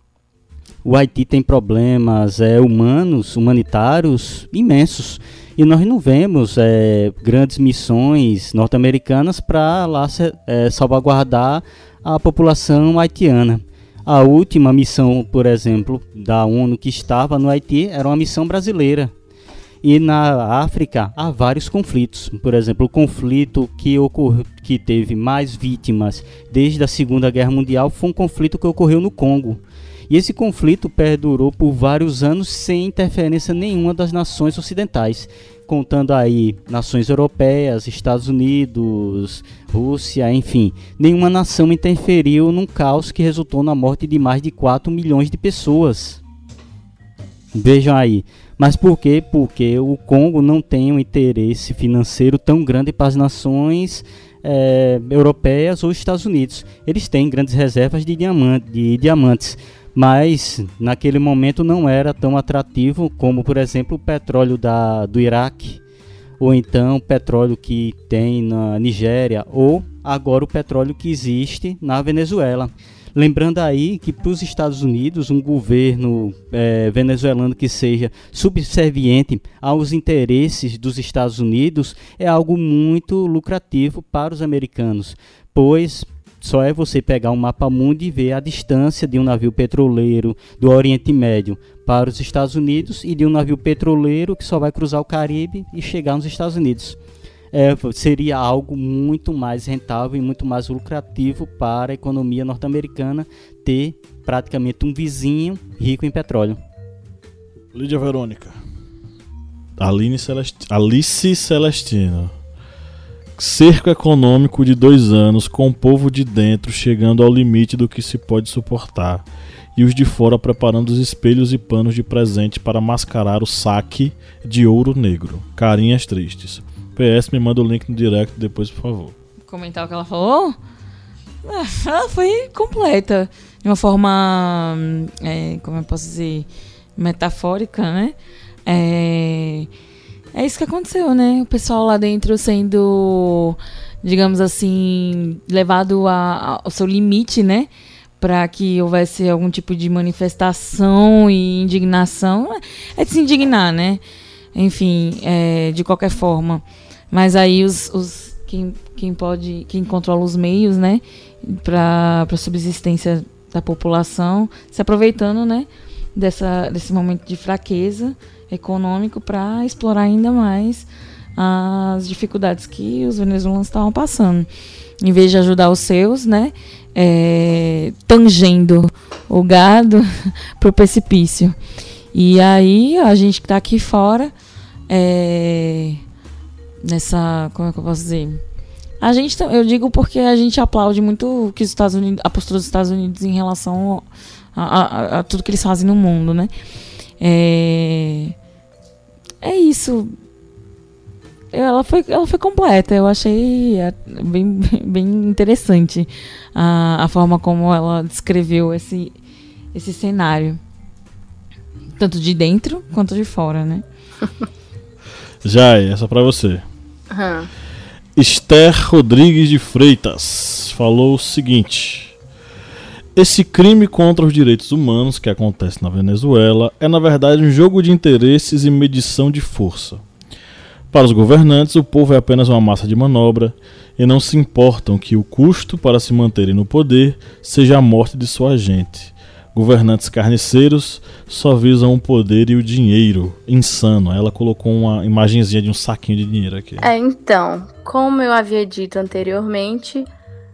O Haiti tem problemas humanitários imensos. E nós não vemos grandes missões norte-americanas para lá salvaguardar a população haitiana. A última missão, por exemplo, da ONU que estava no Haiti era uma missão brasileira. E na África há vários conflitos. Por exemplo, o conflito que teve mais vítimas desde a Segunda Guerra Mundial foi um conflito que ocorreu no Congo. E esse conflito perdurou por vários anos sem interferência nenhuma das nações ocidentais, contando aí nações europeias, Estados Unidos, Rússia, enfim. Nenhuma nação interferiu num caos que resultou na morte de mais de 4 milhões de pessoas. Vejam aí. Mas por quê? Porque o Congo não tem um interesse financeiro tão grande para as nações europeias ou Estados Unidos. Eles têm grandes reservas de diamantes. Mas naquele momento não era tão atrativo como, por exemplo, o petróleo do Iraque, ou então o petróleo que tem na Nigéria, ou agora o petróleo que existe na Venezuela. Lembrando aí que para os Estados Unidos, um governo venezuelano que seja subserviente aos interesses dos Estados Unidos é algo muito lucrativo para os americanos, pois só é você pegar um mapa mundo e ver a distância de um navio petroleiro do Oriente Médio para os Estados Unidos e de um navio petroleiro que só vai cruzar o Caribe e chegar nos Estados Unidos. Seria algo muito mais rentável e muito mais lucrativo para a economia norte-americana ter praticamente um vizinho rico em petróleo. Lídia Verônica. Alice Celestino. Cerco econômico de 2 anos, com o povo de dentro chegando ao limite do que se pode suportar, e os de fora preparando os espelhos e panos de presente para mascarar o saque de ouro negro. Carinhas tristes. PS, me manda o link no direct depois, por favor. Comentar o que ela falou? Ela foi completa. De uma forma, como eu posso dizer, metafórica, né? É isso que aconteceu, né? O pessoal lá dentro sendo, digamos assim, levado ao seu limite, né? para que houvesse algum tipo de manifestação e indignação. É de se indignar, né? Enfim, de qualquer forma. Mas aí quem controla os meios, né, para a subsistência da população, se aproveitando, né, desse momento de fraqueza econômico para explorar ainda mais as dificuldades que os venezuelanos estavam passando. Em vez de ajudar os seus, né, tangendo o gado para o precipício. E aí a gente que está aqui fora, nessa, como é que eu posso dizer? Eu digo porque a gente aplaude muito que os Estados Unidos, a postura dos Estados Unidos em relação a tudo que eles fazem no mundo, né? É isso. Ela foi completa. Eu achei bem interessante a forma como ela descreveu esse cenário, tanto de dentro quanto de fora, né? Jai, essa pra você. Esther Rodrigues de Freitas falou o seguinte: esse crime contra os direitos humanos que acontece na Venezuela é na verdade um jogo de interesses e medição de força. Para os governantes, o povo é apenas uma massa de manobra e não se importam que o custo para se manterem no poder seja a morte de sua gente. Governantes carniceiros só visam o poder e o dinheiro. Insano. Ela colocou uma imagenzinha de um saquinho de dinheiro aqui. Então, como eu havia dito anteriormente,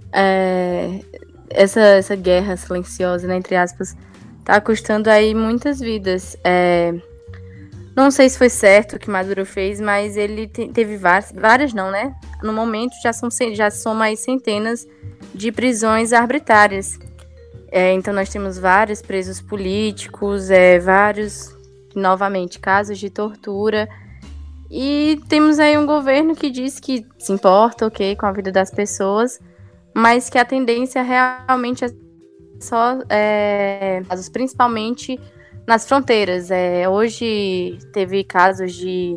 essa guerra silenciosa, né, entre aspas, tá custando aí muitas vidas. Não sei se foi certo o que Maduro fez, mas ele teve várias não, né? No momento já são mais centenas de prisões arbitrárias. Então nós temos vários presos políticos, vários, novamente, casos de tortura. E temos aí um governo que diz que se importa, ok, com a vida das pessoas, mas que a tendência realmente é só, principalmente nas fronteiras. Hoje teve casos de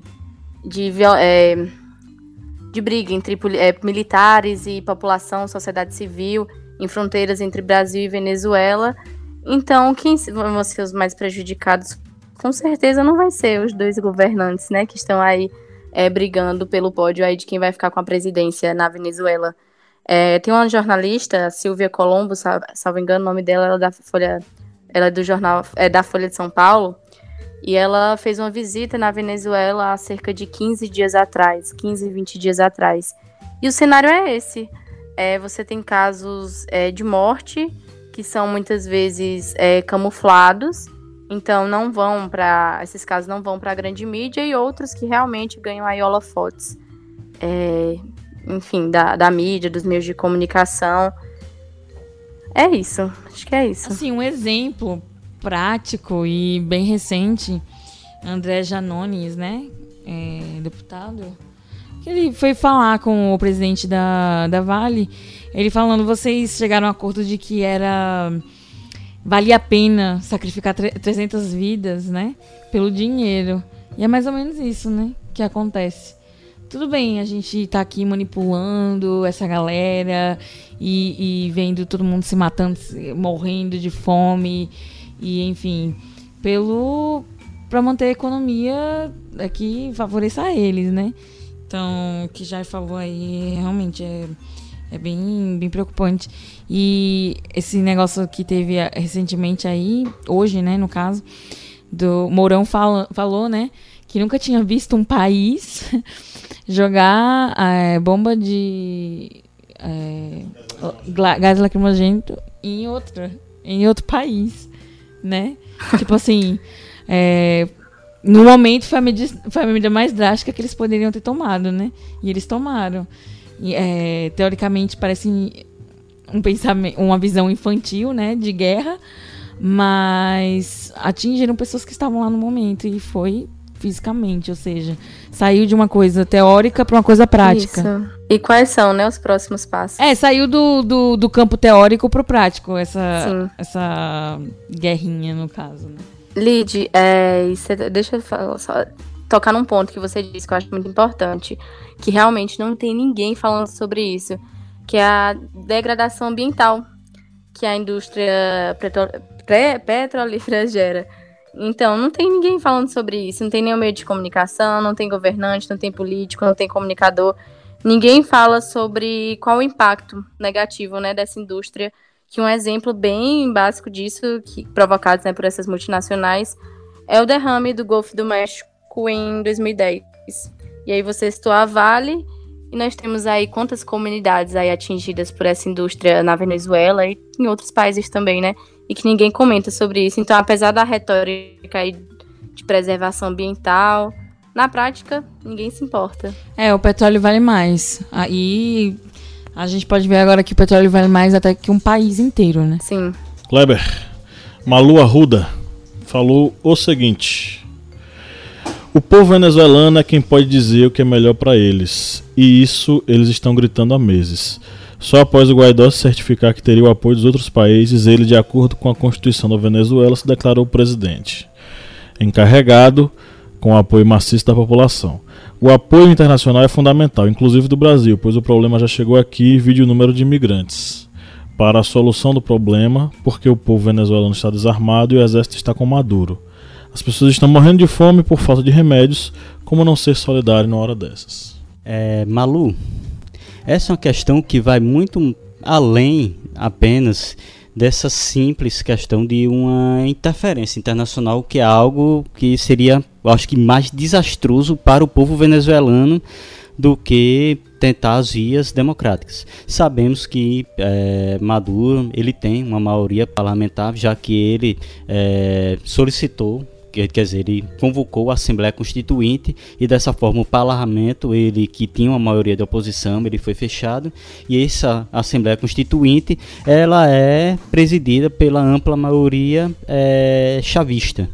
briga entre militares e população, sociedade civil, em fronteiras entre Brasil e Venezuela. Então, quem vão ser os mais prejudicados? Com certeza não vai ser os dois governantes, né, que estão aí brigando pelo pódio aí de quem vai ficar com a presidência na Venezuela. Tem uma jornalista, Silvia Colombo, salvo engano o nome dela, ela é do jornal, da Folha de São Paulo, e ela fez uma visita na Venezuela há cerca de 15, 20 dias atrás. E o cenário é esse. Você tem casos de morte, que são muitas vezes camuflados, então esses casos não vão para a grande mídia, e outros que realmente ganham aí holofotes, enfim, da mídia, dos meios de comunicação. É isso, acho que é isso. Assim, um exemplo prático e bem recente, André Janones, né, deputado, que ele foi falar com o presidente da Vale, ele falando, vocês chegaram a um acordo de que valia a pena sacrificar 300 vidas, né, pelo dinheiro. E é mais ou menos isso, né, que acontece. Tudo bem, a gente tá aqui manipulando essa galera e vendo todo mundo se matando, morrendo de fome, e enfim, pra manter a economia aqui, favorecer eles, né? Então, o que já falou aí realmente é bem, bem preocupante. E esse negócio que teve recentemente aí, hoje, né, no caso, do Mourão falou, né, que nunca tinha visto um país jogar bomba de gás lacrimogêneo em outro país, né? Tipo assim, no momento foi a medida mais drástica que eles poderiam ter tomado, né? E eles tomaram. E, teoricamente parece uma visão infantil, né, de guerra, mas atingiram pessoas que estavam lá no momento, e foi fisicamente, ou seja, saiu de uma coisa teórica para uma coisa prática. Isso. E quais são, né, os próximos passos? Saiu do campo teórico pro prático, essa guerrinha, no caso, né? Lid, deixa eu só tocar num ponto que você disse que eu acho muito importante, que realmente não tem ninguém falando sobre isso, que é a degradação ambiental. que a indústria petrolífera gera. Então, não tem ninguém falando sobre isso, não tem nenhum meio de comunicação, não tem governante, não tem político, não tem comunicador. Ninguém fala sobre qual o impacto negativo, né, dessa indústria, que um exemplo bem básico disso, provocado, né, por essas multinacionais, é o derrame do Golfo do México em 2010. E aí você citou a Vale, e nós temos aí quantas comunidades aí atingidas por essa indústria na Venezuela e em outros países também, né? E que ninguém comenta sobre isso. Então, apesar da retórica aí de preservação ambiental, na prática, ninguém se importa. O petróleo vale mais. Aí a gente pode ver agora que o petróleo vale mais até que um país inteiro, né? Sim. Kleber, Malu Arruda falou o seguinte: o povo venezuelano é quem pode dizer o que é melhor para eles, e isso eles estão gritando há meses. Só após o Guaidó se certificar que teria o apoio dos outros países, ele, de acordo com a Constituição da Venezuela, se declarou presidente, encarregado com o apoio maciço da população. O apoio internacional é fundamental, inclusive do Brasil, pois o problema já chegou aqui e vide o número de imigrantes. Para a solução do problema, porque o povo venezuelano está desarmado e o exército está com Maduro. As pessoas estão morrendo de fome por falta de remédios. Como não ser solidário na hora dessas? Malu, essa é uma questão que vai muito além apenas dessa simples questão de uma interferência internacional, que é algo que seria, eu acho que, mais desastroso para o povo venezuelano do que tentar as vias democráticas. Sabemos que Maduro ele tem uma maioria parlamentar, já que ele solicitou, quer dizer, ele convocou a Assembleia Constituinte e dessa forma o parlamento, ele que tinha uma maioria de oposição, ele foi fechado, e essa Assembleia Constituinte ela é presidida pela ampla maioria chavista,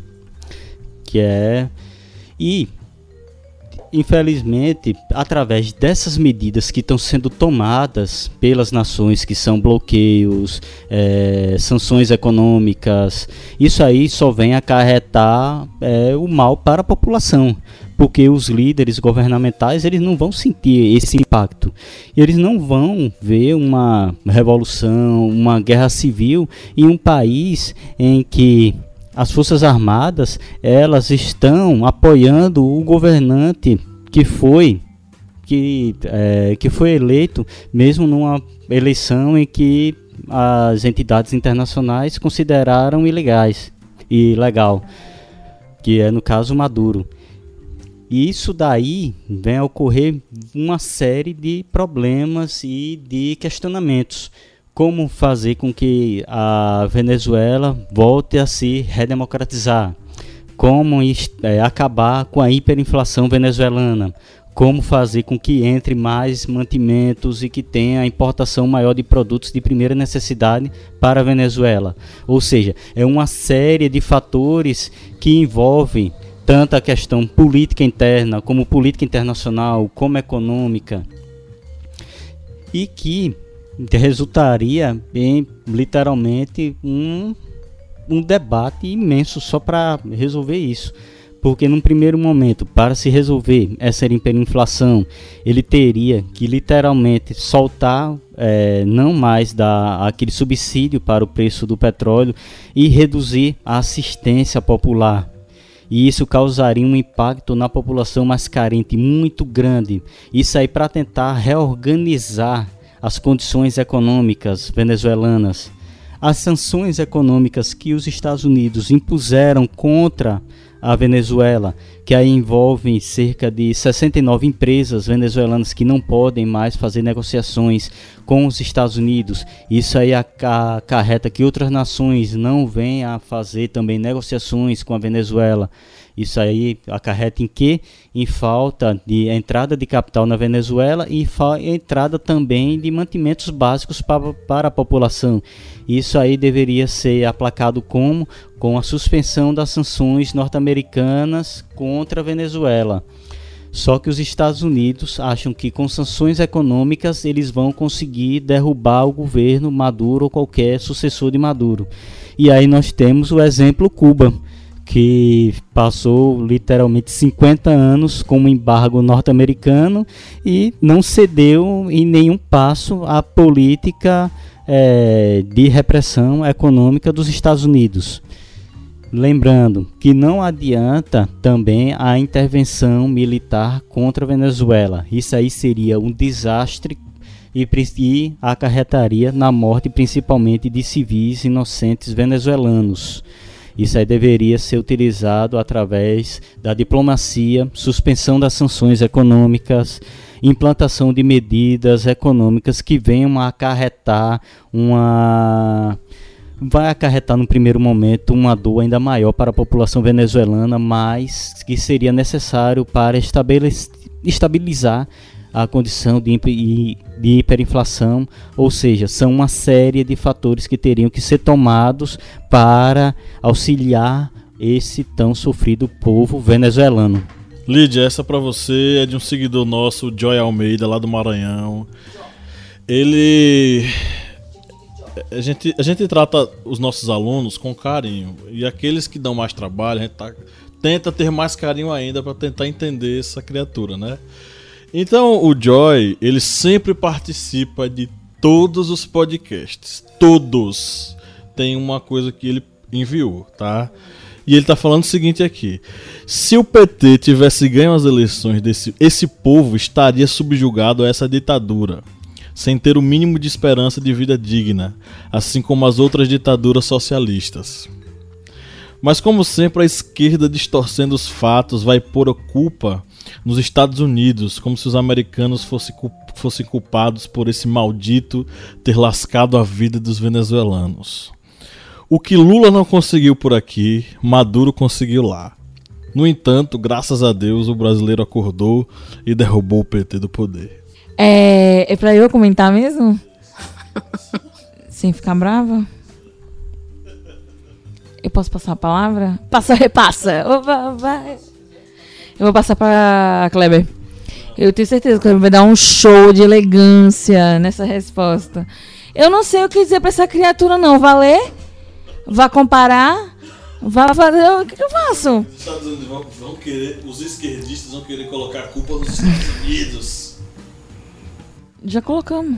e infelizmente, através dessas medidas que estão sendo tomadas pelas nações, que são bloqueios, sanções econômicas, isso aí só vem acarretar o mal para a população, porque os líderes governamentais eles não vão sentir esse impacto, eles não vão ver uma revolução, uma guerra civil em um país em que as Forças Armadas elas estão apoiando o governante que foi eleito, mesmo numa eleição em que as entidades internacionais consideraram ilegal, que é no caso Maduro. E isso daí vem a ocorrer uma série de problemas e de questionamentos. Como fazer com que a Venezuela volte a se redemocratizar, como acabar com a hiperinflação venezuelana, como fazer com que entre mais mantimentos e que tenha a importação maior de produtos de primeira necessidade para a Venezuela. Ou seja, é uma série de fatores que envolvem tanto a questão política interna, como política internacional, como econômica, e que resultaria em literalmente um debate imenso só para resolver isso, porque num primeiro momento, para se resolver essa hiperinflação, ele teria que literalmente soltar não mais dar aquele subsídio para o preço do petróleo e reduzir a assistência popular. E isso causaria um impacto na população mais carente muito grande. Isso aí para tentar reorganizar as condições econômicas venezuelanas. As sanções econômicas que os Estados Unidos impuseram contra a Venezuela, que aí envolvem cerca de 69 empresas venezuelanas que não podem mais fazer negociações com os Estados Unidos. Isso aí acarreta que outras nações não venham a fazer também negociações com a Venezuela. Isso aí acarreta em quê? Em falta de entrada de capital na Venezuela e entrada também de mantimentos básicos para a população. Isso aí deveria ser aplacado com a suspensão das sanções norte-americanas contra a Venezuela. Só que os Estados Unidos acham que com sanções econômicas eles vão conseguir derrubar o governo Maduro ou qualquer sucessor de Maduro. E aí nós temos o exemplo Cuba, que passou literalmente 50 anos como embargo norte-americano e não cedeu em nenhum passo à política de repressão econômica dos Estados Unidos. Lembrando que não adianta também a intervenção militar contra a Venezuela. Isso aí seria um desastre e acarretaria na morte principalmente de civis inocentes venezuelanos. Isso aí deveria ser utilizado através da diplomacia, suspensão das sanções econômicas, implantação de medidas econômicas que venham a acarretar vai acarretar no primeiro momento uma dor ainda maior para a população venezuelana, mas que seria necessário para estabilizar a condição de hiperinflação, ou seja, são uma série de fatores que teriam que ser tomados para auxiliar esse tão sofrido povo venezuelano. Lídia, essa para você é de um seguidor nosso, o Joy Almeida, lá do Maranhão. A gente trata os nossos alunos com carinho, e aqueles que dão mais trabalho, a gente tenta ter mais carinho ainda para tentar entender essa criatura, né? Então o Joy, ele sempre participa de todos os podcasts, todos. Tem uma coisa que ele enviou, tá? E ele tá falando o seguinte aqui: se o PT tivesse ganho as eleições, esse povo estaria subjugado a essa ditadura, sem ter o mínimo de esperança de vida digna, assim como as outras ditaduras socialistas. Mas como sempre, a esquerda, distorcendo os fatos, vai pôr a culpa nos Estados Unidos, como se os americanos fossem culpados por esse maldito ter lascado a vida dos venezuelanos. O que Lula não conseguiu por aqui, Maduro conseguiu lá. No entanto, graças a Deus, o brasileiro acordou e derrubou o PT do poder. É pra eu comentar mesmo? Sem ficar brava? Eu posso passar a palavra? Passa, repassa. Opa, vai. Eu vou passar pra Kleber. Eu tenho certeza que o Kleber vai dar um show de elegância nessa resposta. Eu não sei o que dizer pra essa criatura, não. Valer? Vá comparar? Vá fazer... O que eu faço? Os Estados Unidos vão querer... Os esquerdistas vão querer colocar a culpa nos Estados Unidos. Já colocamos.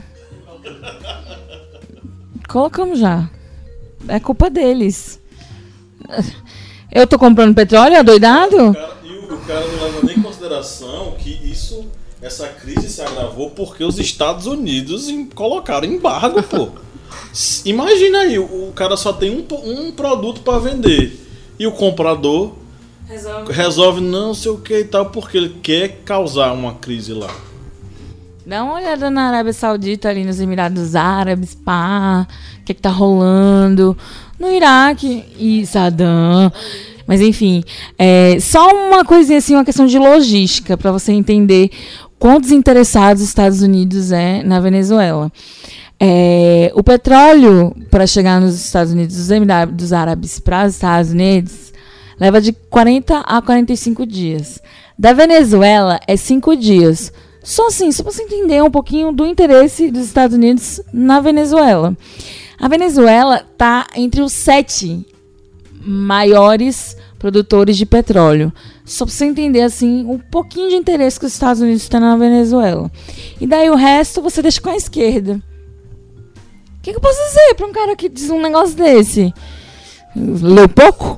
Colocamos já. É culpa deles. Eu tô comprando petróleo, adoidado? O cara não leva nem em consideração que essa crise se agravou porque os Estados Unidos colocaram embargo, pô. Imagina aí, o cara só tem um produto para vender e o comprador resolve não sei o que e tal, porque ele quer causar uma crise lá. Dá uma olhada na Arábia Saudita, ali nos Emirados Árabes, pá, o que tá rolando. No Iraque e Saddam. Mas enfim, só uma coisinha assim, uma questão de logística, para você entender quão desinteressados os Estados Unidos na Venezuela. O petróleo, para chegar nos Estados Unidos, dos Emirados Árabes para os Estados Unidos, leva de 40 a 45 dias. Da Venezuela, é 5 dias. Só assim, só para você entender um pouquinho do interesse dos Estados Unidos na Venezuela. A Venezuela está entre os 7 maiores produtores de petróleo. Só para você entender assim um pouquinho de interesse que os Estados Unidos têm na Venezuela. E daí o resto você deixa com a esquerda. O que eu posso dizer para um cara que diz um negócio desse? Leu pouco?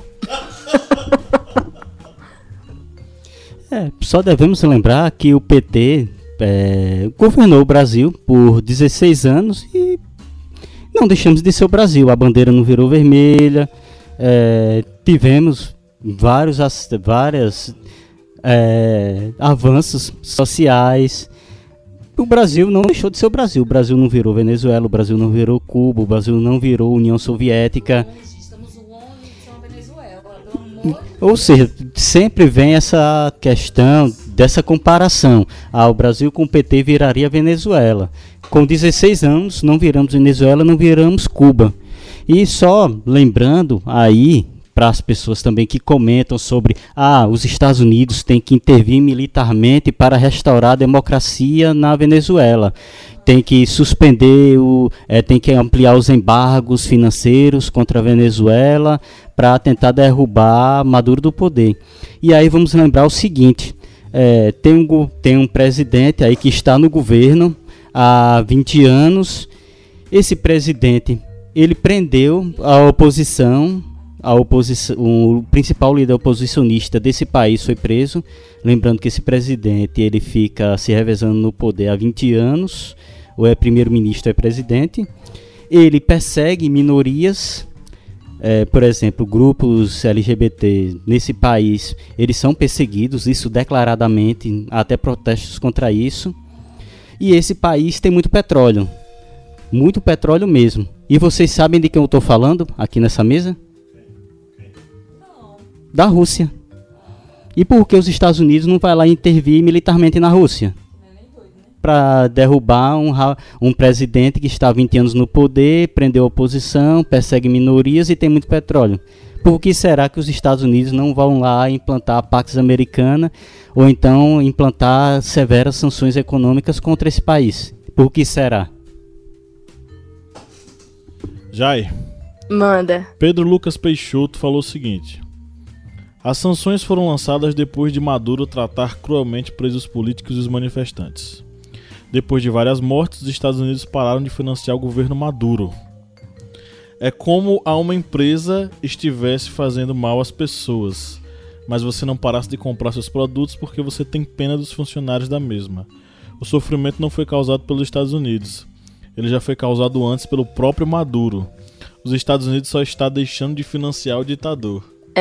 Só devemos lembrar que o PT governou o Brasil por 16 anos e não deixamos de ser o Brasil. A bandeira não virou vermelha. Tivemos vários avanços sociais. O Brasil não deixou de ser o Brasil. O Brasil não virou Venezuela, o Brasil não virou Cuba, o Brasil não virou União Soviética. Estamos longe de ser uma Venezuela. Ou seja, sempre vem essa questão dessa comparação. O Brasil com o PT viraria Venezuela. Com 16 anos não viramos Venezuela, não viramos Cuba. E só lembrando aí, para as pessoas também que comentam sobre os Estados Unidos têm que intervir militarmente para restaurar a democracia na Venezuela. Tem que suspender, tem que ampliar os embargos financeiros contra a Venezuela para tentar derrubar Maduro do poder. E aí vamos lembrar o seguinte, tem um presidente aí que está no governo há 20 anos, Esse presidente, ele prendeu a oposição, o principal líder oposicionista desse país foi preso. Lembrando que esse presidente, ele fica se revezando no poder há 20 anos, ou é primeiro-ministro ou é presidente. Ele persegue minorias, por exemplo, grupos LGBT nesse país, eles são perseguidos, isso declaradamente, até protestos contra isso. E esse país tem muito petróleo mesmo. E vocês sabem de quem eu estou falando aqui nessa mesa? Da Rússia. E por que os Estados Unidos não vai lá intervir militarmente na Rússia? Para derrubar um presidente que está há 20 anos no poder, prendeu a oposição, persegue minorias e tem muito petróleo. Por que será que os Estados Unidos não vão lá implantar a Pax Americana ou então implantar severas sanções econômicas contra esse país? Por que será? Jai. Manda. Pedro Lucas Peixoto falou o seguinte: as sanções foram lançadas depois de Maduro tratar cruelmente presos políticos e os manifestantes. Depois de várias mortes, os Estados Unidos pararam de financiar o governo Maduro. É como a uma empresa estivesse fazendo mal às pessoas, mas você não parasse de comprar seus produtos porque você tem pena dos funcionários da mesma. O sofrimento não foi causado pelos Estados Unidos. Ele já foi causado antes pelo próprio Maduro. Os Estados Unidos só está deixando de financiar o ditador.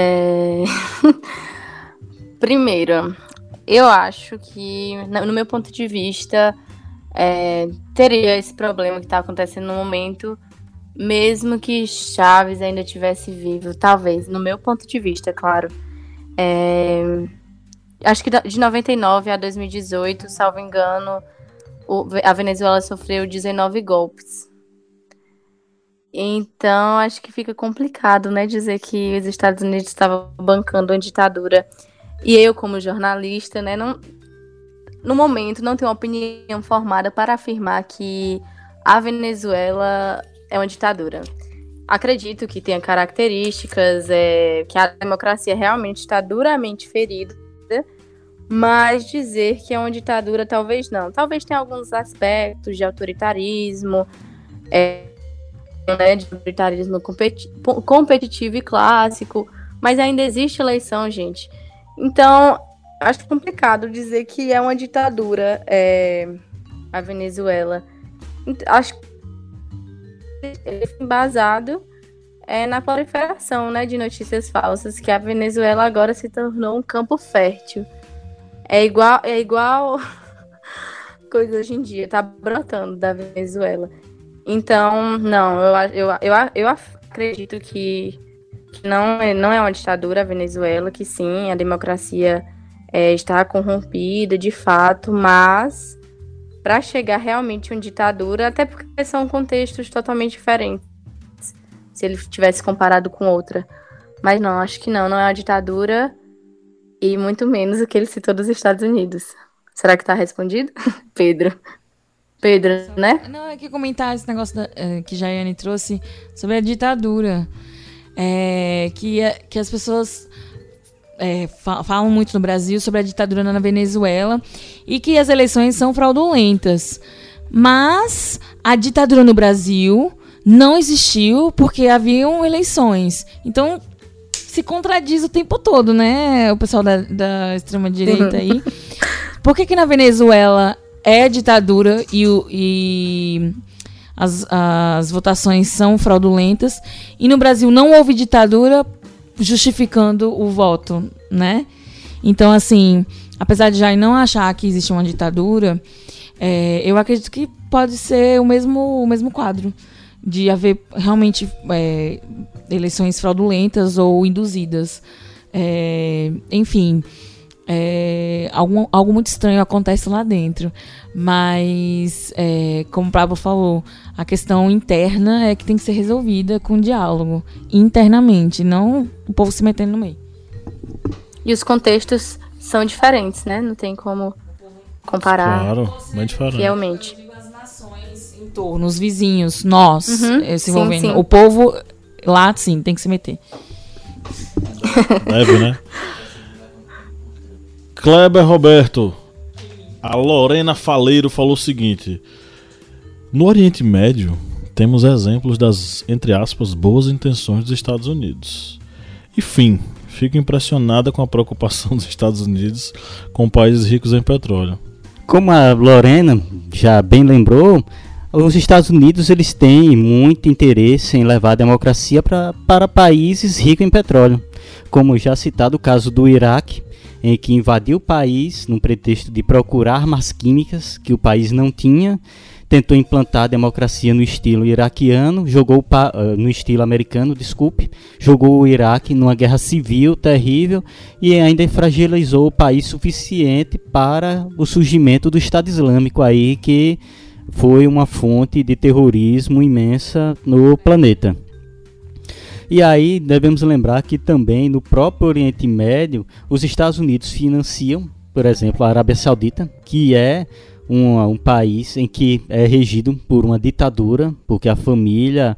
Primeiro, eu acho que, no meu ponto de vista, teria esse problema que está acontecendo no momento, mesmo que Chávez ainda estivesse vivo, talvez, no meu ponto de vista, claro. Acho que de 99 a 2018, salvo engano, a Venezuela sofreu 19 golpes. Então, acho que fica complicado, né, dizer que os Estados Unidos estavam bancando uma ditadura. E eu, como jornalista, né, no momento não tenho uma opinião formada para afirmar que a Venezuela é uma ditadura. Acredito que tenha características, que a democracia realmente está duramente ferida, mas dizer que é uma ditadura, talvez não. Talvez tenha alguns aspectos de autoritarismo, de autoritarismo competitivo e clássico, mas ainda existe eleição, gente. Então, acho complicado dizer que é uma ditadura a Venezuela. Acho que ele é embasado na proliferação, né, de notícias falsas, que a Venezuela agora se tornou um campo fértil. É igual coisa hoje em dia, tá brotando da Venezuela. Então, não, eu acredito que não é uma ditadura a Venezuela, que sim, a democracia está corrompida de fato, mas para chegar realmente a uma ditadura, até porque são contextos totalmente diferentes, se ele tivesse comparado com outra. Mas não, acho que não é uma ditadura, e muito menos o que ele citou dos Estados Unidos. Será que tá respondido? Pedro, né? Não, é que comentar esse negócio que Jaiane trouxe sobre a ditadura. Que as pessoas falam muito no Brasil sobre a ditadura na Venezuela e que as eleições são fraudulentas. Mas a ditadura no Brasil não existiu porque haviam eleições. Então, se contradiz o tempo todo, né? O pessoal da extrema-direita aí. Por que na Venezuela é ditadura e as votações são fraudulentas e no Brasil não houve ditadura justificando o voto, né? Então, assim, apesar de já não achar que existe uma ditadura, eu acredito que pode ser o mesmo quadro de haver realmente eleições fraudulentas ou induzidas. Enfim, algo muito estranho acontece lá dentro. Mas, como o Pablo falou, a questão interna é que tem que ser resolvida com diálogo, internamente, não o povo se metendo no meio. E os contextos são diferentes, né? Não tem como comparar. Claro, bem diferente. Realmente. As nações em torno, os vizinhos, nós se envolvendo. Sim. O povo lá, sim, tem que se meter. Deve, né? Kleber Roberto. A Lorena Faleiro falou o seguinte: no Oriente Médio, temos exemplos das, entre aspas, boas intenções dos Estados Unidos. Enfim, fico impressionada com a preocupação dos Estados Unidos com países ricos em petróleo. Como a Lorena já bem lembrou, os Estados Unidos eles têm muito interesse em levar a democracia para países ricos em petróleo. Como já citado o caso do Iraque, em que invadiu o país num pretexto de procurar armas químicas que o país não tinha, tentou implantar a democracia no estilo iraquiano, no estilo americano, jogou o Iraque numa guerra civil terrível e ainda fragilizou o país suficiente para o surgimento do Estado Islâmico aí, que foi uma fonte de terrorismo imensa no planeta. E aí devemos lembrar que também no próprio Oriente Médio, os Estados Unidos financiam, por exemplo, a Arábia Saudita, que é um país em que é regido por uma ditadura, porque a família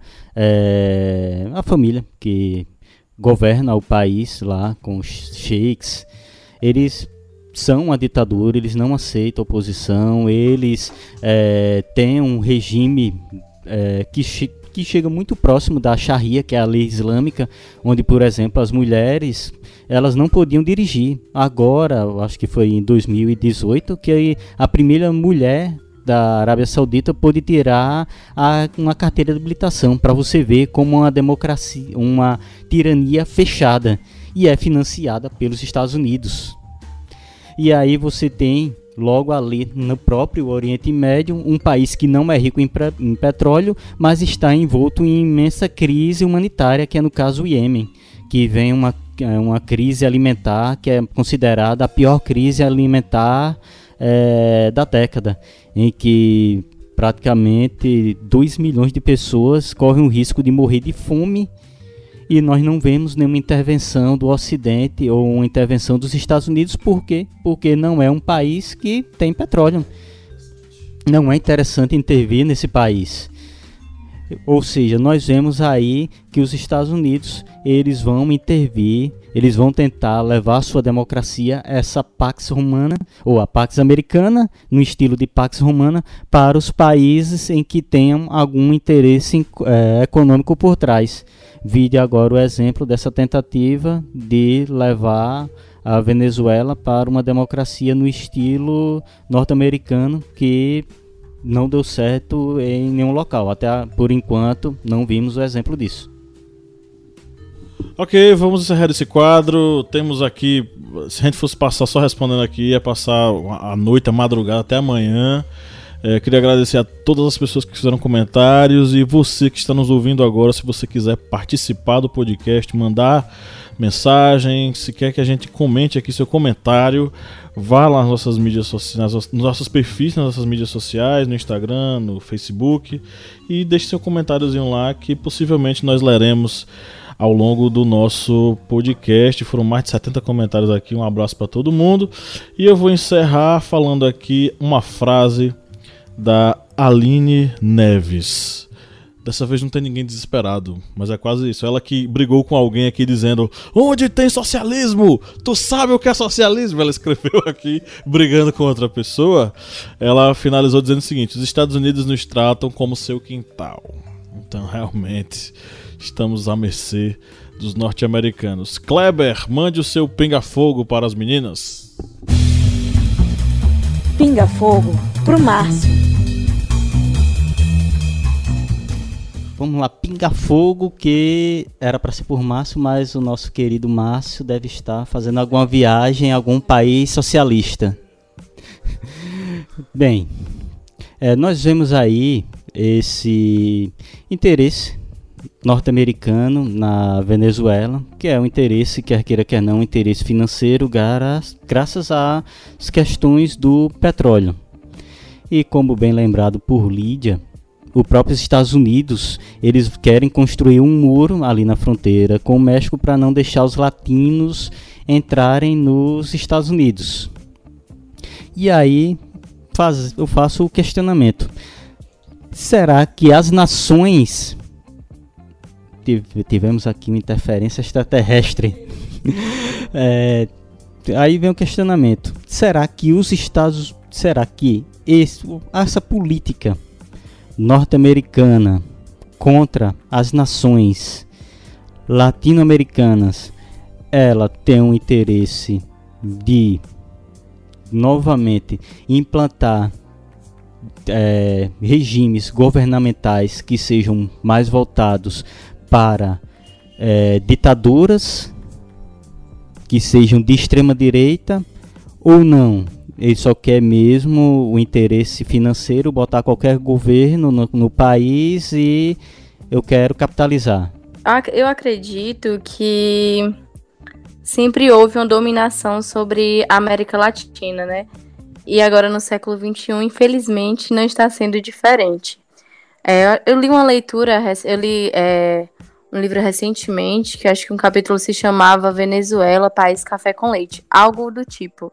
que governa o país lá com os sheiks, eles são uma ditadura, eles não aceitam oposição, eles têm um regime que chega muito próximo da Sharia, que é a lei islâmica, onde, por exemplo, as mulheres elas não podiam dirigir. Agora, eu acho que foi em 2018, que a primeira mulher da Arábia Saudita pôde tirar uma carteira de habilitação, para você ver como uma democracia, uma tirania fechada, e é financiada pelos Estados Unidos. E aí você tem, logo ali no próprio Oriente Médio, um país que não é rico em petróleo, mas está envolto em imensa crise humanitária, que é no caso o Iêmen, que vem uma crise alimentar que é considerada a pior crise alimentar da década, em que praticamente 2 milhões de pessoas correm o risco de morrer de fome, e nós não vemos nenhuma intervenção do Ocidente ou uma intervenção dos Estados Unidos. Por quê? Porque não é um país que tem petróleo. Não é interessante intervir nesse país. Ou seja, nós vemos aí que os Estados Unidos eles vão intervir, eles vão tentar levar sua democracia, essa Pax Romana, ou a Pax Americana, no estilo de Pax Romana, para os países em que tenham algum interesse econômico por trás. Vide agora o exemplo dessa tentativa de levar a Venezuela para uma democracia no estilo norte-americano, que não deu certo em nenhum local. Até por enquanto não vimos o exemplo disso. Ok, vamos encerrar esse quadro. Temos aqui, se a gente fosse passar só respondendo aqui, ia passar a noite, a madrugada, até amanhã. Queria agradecer a todas as pessoas que fizeram comentários, e você que está nos ouvindo agora, se você quiser participar do podcast, mandar mensagem, se quer que a gente comente aqui seu comentário, vá lá nas nossas mídias sociais, nos nossos perfis, nas nossas mídias sociais, no Instagram, no Facebook, e deixe seu comentáriozinho lá, que possivelmente nós leremos ao longo do nosso podcast. Foram mais de 70 comentários aqui, um abraço para todo mundo, e eu vou encerrar falando aqui uma frase da Aline Neves. Dessa vez não tem ninguém desesperado, mas é quase isso. Ela que brigou com alguém aqui dizendo: onde tem socialismo? Tu sabe o que é socialismo? Ela escreveu aqui, brigando com outra pessoa. Ela finalizou dizendo o seguinte: os Estados Unidos nos tratam como seu quintal. Então realmente estamos à mercê dos norte-americanos. Kleber, mande o seu pinga-fogo para as meninas. Pinga-fogo pro Márcio. Vamos lá, pinga-fogo, que era para ser por Márcio, mas o nosso querido Márcio deve estar fazendo alguma viagem em algum país socialista. Bem, nós vemos aí esse interesse norte-americano na Venezuela, que é um interesse, quer queira quer não, um interesse financeiro, graças às questões do petróleo. E como bem lembrado por Lídia, os próprios Estados Unidos, eles querem construir um muro ali na fronteira com o México para não deixar os latinos entrarem nos Estados Unidos. E aí eu faço o questionamento: será que as nações... Tivemos aqui uma interferência extraterrestre. Aí vem o questionamento: será que essa política norte-americana contra as nações latino-americanas, ela tem um interesse de novamente implantar regimes governamentais que sejam mais voltados para ditaduras, que sejam de extrema direita, ou não? Ele só quer mesmo o interesse financeiro, botar qualquer governo no país e eu quero capitalizar. Eu acredito que sempre houve uma dominação sobre a América Latina, né? E agora no século XXI, infelizmente, não está sendo diferente. Eu li um livro recentemente, que acho que um capítulo se chamava Venezuela, País Café com Leite, algo do tipo.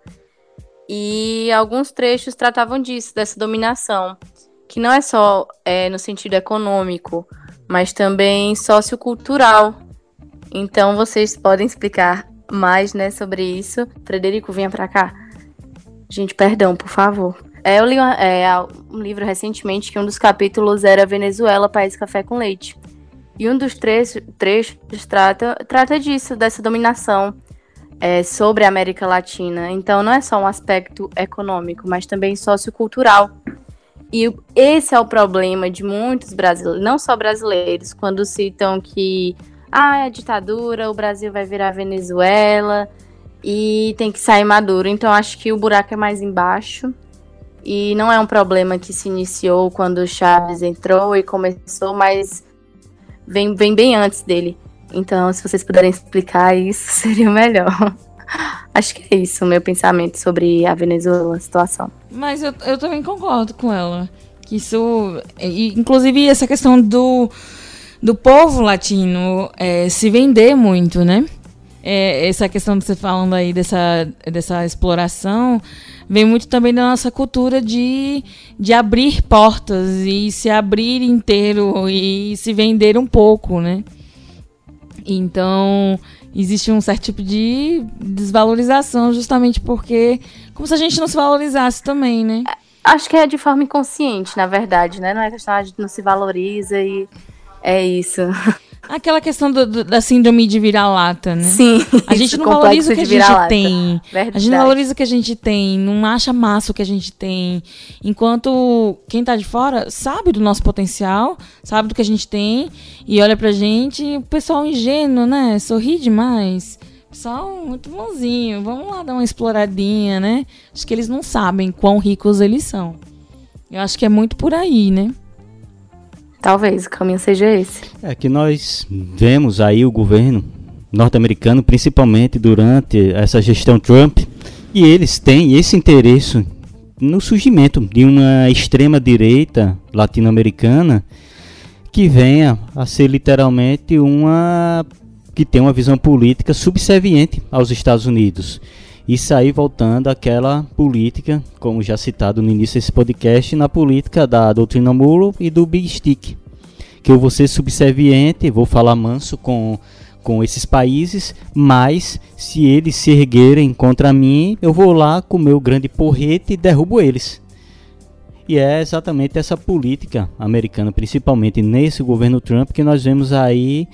E alguns trechos tratavam disso, dessa dominação, que não é só no sentido econômico, mas também sociocultural. Então vocês podem explicar mais, né, sobre isso. Frederico, venha pra cá. Gente, perdão, por favor. Eu li um livro recentemente que um dos capítulos era Venezuela, País Café com Leite. E um dos trechos trata disso, dessa dominação sobre a América Latina. Então não é só um aspecto econômico, mas também sociocultural. E esse é o problema de muitos brasileiros, não só brasileiros, quando citam que é ditadura, o Brasil vai virar Venezuela e tem que sair Maduro. Então acho que o buraco é mais embaixo e não é um problema que se iniciou quando o Chaves entrou e começou, mas vem bem antes dele. Então, se vocês puderem explicar isso, seria melhor. Acho que é isso o meu pensamento sobre a Venezuela, a situação. Mas eu também concordo com ela. Que isso, inclusive essa questão do povo latino se vender muito, né? Essa questão que você falando aí dessa exploração vem muito também da nossa cultura de abrir portas e se abrir inteiro e se vender um pouco, né? Então, existe um certo tipo de desvalorização justamente porque, como se a gente não se valorizasse também, né? Acho que é de forma inconsciente, na verdade, né? Não é questão, a gente não se valoriza e é isso. Aquela questão da síndrome de vira-lata, né? Sim. A gente não valoriza o que a gente tem. Verdade. A gente não valoriza o que a gente tem, não acha massa o que a gente tem. Enquanto quem tá de fora sabe do nosso potencial, sabe do que a gente tem e olha pra gente, o pessoal ingênuo, né? Sorri demais. Pessoal muito bonzinho, vamos lá dar uma exploradinha, né? Acho que eles não sabem quão ricos eles são. Eu acho que é muito por aí, né? Talvez o caminho seja esse. Que nós vemos aí o governo norte-americano, principalmente durante essa gestão Trump, e eles têm esse interesse no surgimento de uma extrema-direita latino-americana que venha a ser literalmente que tem uma visão política subserviente aos Estados Unidos. Isso aí voltando àquela política, como já citado no início desse podcast, na política da doutrina Monroe e do Big Stick. Que eu vou ser subserviente, vou falar manso com esses países, mas se eles se erguerem contra mim, eu vou lá com o meu grande porrete e derrubo eles. E é exatamente essa política americana, principalmente nesse governo Trump, que nós vemos aí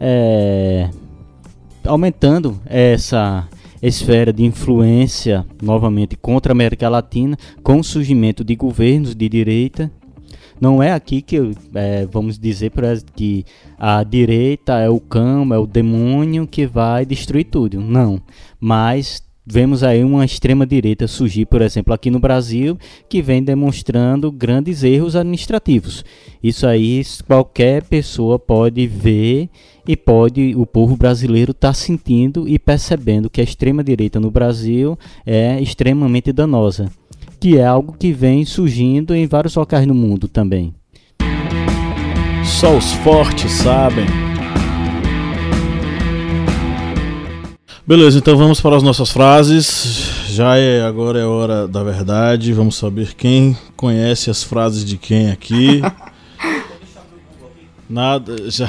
aumentando essa esfera de influência novamente contra a América Latina, com o surgimento de governos de direita. Não é aqui que vamos dizer que a direita é o cão, é o demônio que vai destruir tudo. Não, mas vemos aí uma extrema direita surgir, por exemplo, aqui no Brasil, que vem demonstrando grandes erros administrativos. Isso aí qualquer pessoa pode ver e o povo brasileiro está sentindo e percebendo que a extrema direita no Brasil é extremamente danosa, que é algo que vem surgindo em vários locais no mundo também. Só os fortes sabem. Beleza, então vamos para as nossas frases. Agora é hora da verdade. Vamos saber quem conhece as frases de quem aqui. Nada, já.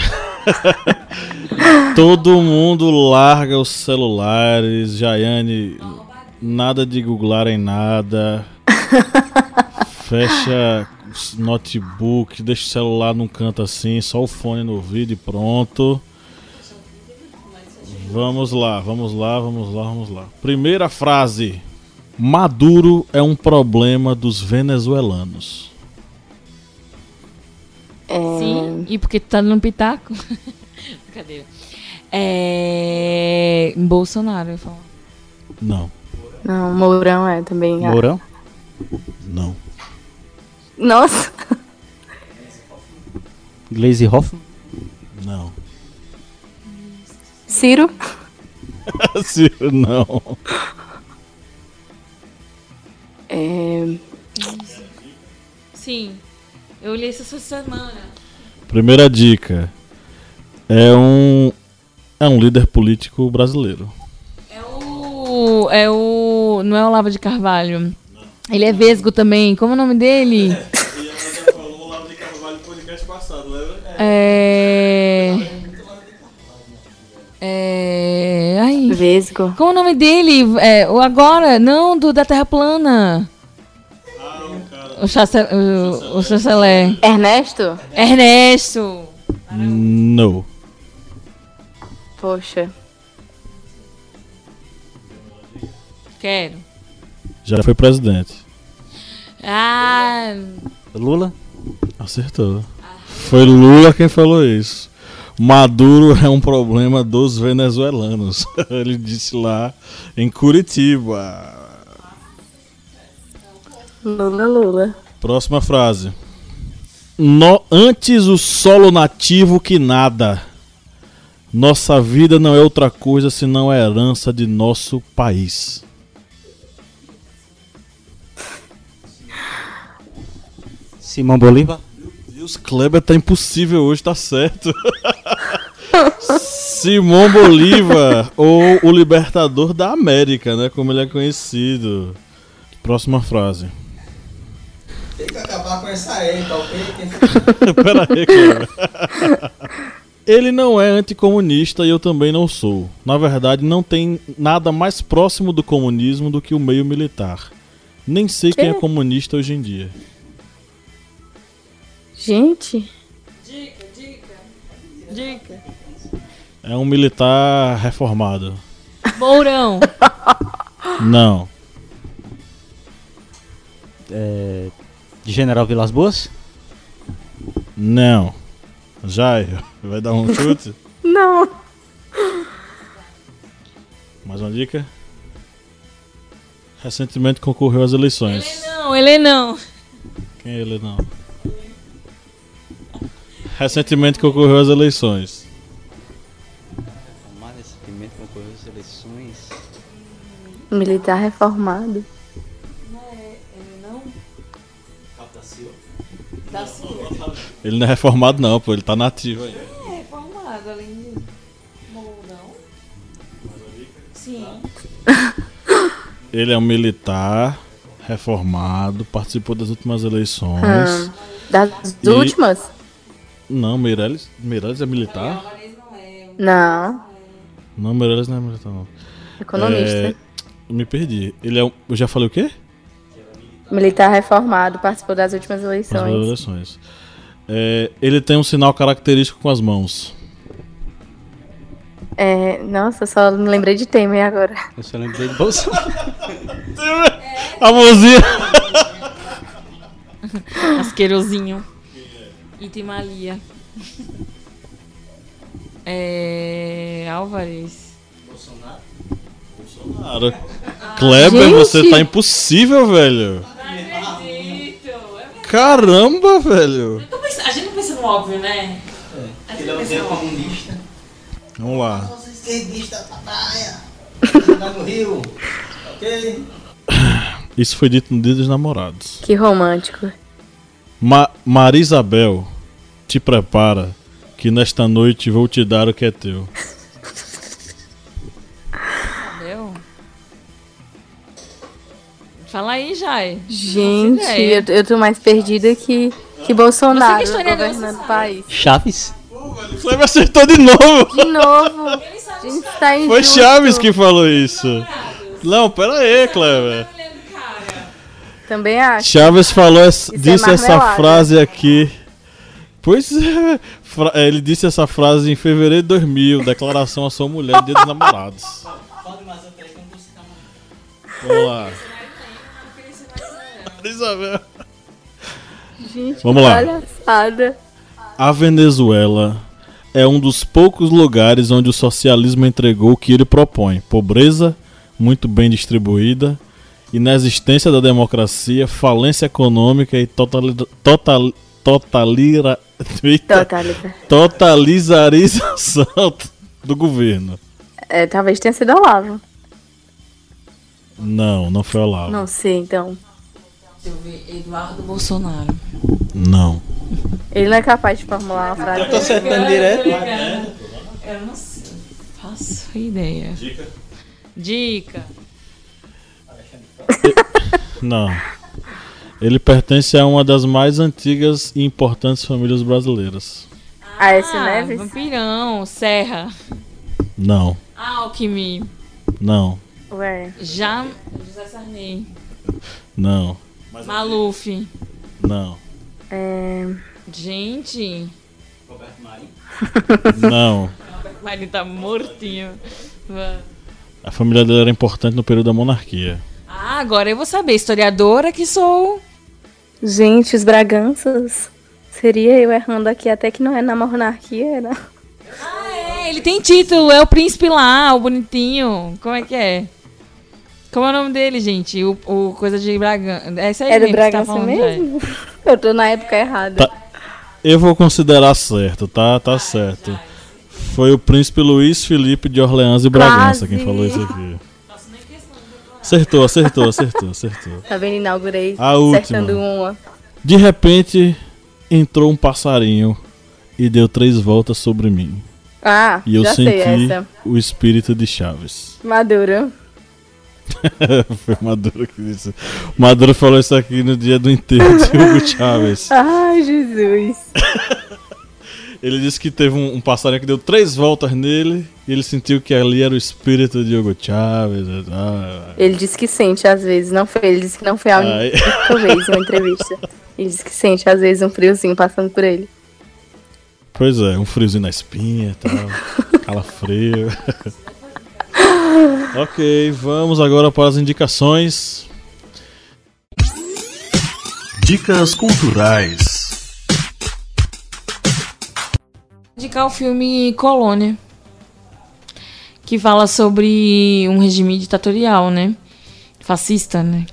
Todo mundo larga os celulares. Jaiane, nada de googlar em nada. notebook, deixa o celular num canto assim, só o fone no ouvido e pronto. Vamos lá. Primeira frase. Maduro é um problema dos venezuelanos. Sim, e porque tu tá dando pitaco? Brincadeira. Bolsonaro, eu falo. Não. Não, Mourão é também. Mourão? Não. Nossa. Gleisi Hoffmann? Não. Ciro? Ciro, não. Sim, eu li essa semana. Primeira dica. É um líder político brasileiro. Não é o Olavo de Carvalho. Ele é vesgo também. Como é o nome dele? Você falou o Olavo de Carvalho no podcast passado, lembra? Ai. Vesgo. Como é o nome dele? O agora? Não, da Terra Plana. O chanceler. Ernesto? Ernesto. Não. Poxa. Quero. Já foi presidente. Lula? Acertou. Foi Lula quem falou isso. Maduro é um problema dos venezuelanos. Ele disse lá em Curitiba. Lula. Próxima frase. Antes o solo nativo que nada. Nossa vida não é outra coisa senão a herança de nosso país. Simão Bolívar? Deus, Kleber tá impossível hoje, tá certo. Simão Bolívar, ou o libertador da América, né? Como ele é conhecido. Próxima frase. Tem que acabar com essa aí, tá ok? Pera aí, Kleber. Ele não é anticomunista e eu também não sou. Na verdade, não tem nada mais próximo do comunismo do que o meio militar. Nem sei quem é comunista hoje em dia. Gente. Dica. É um militar reformado. Mourão. Não. De General Vilas Boas? Não. Jair, vai dar um chute? Não. Mais uma dica? Recentemente concorreu às eleições. Ele não. Quem é ele não? Recentemente concorreu às eleições. Recentemente concorreu às eleições. Militar reformado. Ele não é reformado não, pô, ele tá nativo ainda. É reformado, além de Mourão. Sim. Ele é um militar reformado, participou das últimas eleições. Das últimas? Não, Meirelles é militar? Não. Não, Meirelles não é militar não. Economista. Me perdi. Eu já falei o quê? Militar reformado, participou das últimas eleições. eleições. Ele tem um sinal característico com as mãos. Nossa, só me lembrei de Temer agora. Eu só lembrei de Bolsonaro. A mãozinha! Asquerosinho. Itimalia. Álvares. Bolsonaro. Kleber, gente. você tá impossível, velho. Caramba, velho. A gente não pensa no óbvio, né? Ele é um comunista. Vamos lá. Você é esquerdista pra praia. Tá no Rio. Ok? Isso foi dito no Dia dos Namorados. Que romântico. Maria Isabel, te prepara, que nesta noite vou te dar o que é teu. Entendeu? Fala aí, Jai. Gente, eu tô mais perdida que Bolsonaro Você que é governando o país. Chaves? Você me acertou de novo. De novo. A gente tá injusto. Foi Chaves que falou isso. Não, pera aí, Kleber. Também acho. Chaves falou, Isso disse é essa marmelada. frase aqui. Pois é, ele disse essa frase em fevereiro de 2000, declaração à sua mulher no Dia dos Namorados. Vamos lá. Isabel. Gente, Vamos que lá. palhaçada. A Venezuela é um dos poucos lugares onde o socialismo entregou o que ele propõe: pobreza, muito bem distribuída, inexistência da democracia, falência econômica e totalizarização do governo. Talvez tenha sido Olavo. Não foi Olavo. Não sei, então. Deixa eu ver, Eduardo Bolsonaro. Não. Ele não é capaz de formular uma frase. Eu tô acertando direto. Eu não sei. Faço ideia. Dica. Não. Ele pertence a uma das mais antigas e importantes famílias brasileiras. Aécio Neves? Vampirão, Serra. Não. Alckmin. Não. Ué. José Sarney. Não. Maluf. Não. Gente. Não. Mas ele tá mortinho. A família dele era importante no período da monarquia. Ah, agora eu vou saber. Historiadora que sou. Gente, os Braganças. Seria eu errando aqui, até que não é na monarquia, né? Ah, ele tem título. É o príncipe lá, o bonitinho. Como é que é? Como é o nome dele, gente? O coisa de Bragança. É isso aí É do mesmo que você tá Bragança falando, mesmo? Eu tô na época errada. Tá. Eu vou considerar certo, tá? Tá certo. Foi o príncipe Luiz Felipe de Orleans e Bragança Quase. quem falou isso aqui. Acertou. Tá vendo? Inaugurei. A Acertando última. uma. De repente, entrou um passarinho e deu 3 voltas sobre mim. Ah, E eu já sei senti essa. o espírito de Chaves. Maduro. Foi Maduro que disse. Maduro falou isso aqui no dia do enterro de Hugo Chávez. Ai, Jesus. Ele disse que teve um passarinho que deu 3 voltas nele e ele sentiu que ali era o espírito de Hugo Chávez. Ele disse que sente às vezes. Não foi, ele disse que não foi a Ai. única vez em uma entrevista. Ele disse que sente às vezes um friozinho passando por ele. Pois é, um friozinho na espinha e tal. Calafrio. Ok, vamos agora para as indicações. Dicas culturais. Indicar o filme Colônia, que fala sobre um regime ditatorial, né? Fascista, né?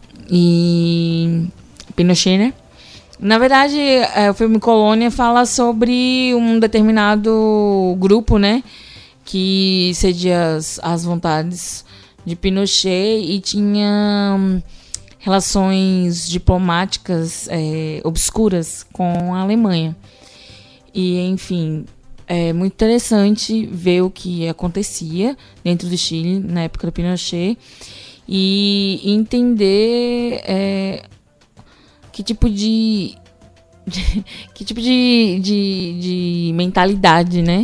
E Pinochet, né? Na verdade, o filme Colônia fala sobre um determinado grupo, né? Que cedia as vontades de Pinochet e tinha relações diplomáticas obscuras com a Alemanha. E, enfim, é muito interessante ver o que acontecia dentro do Chile na época do Pinochet e entender que tipo de mentalidade, né,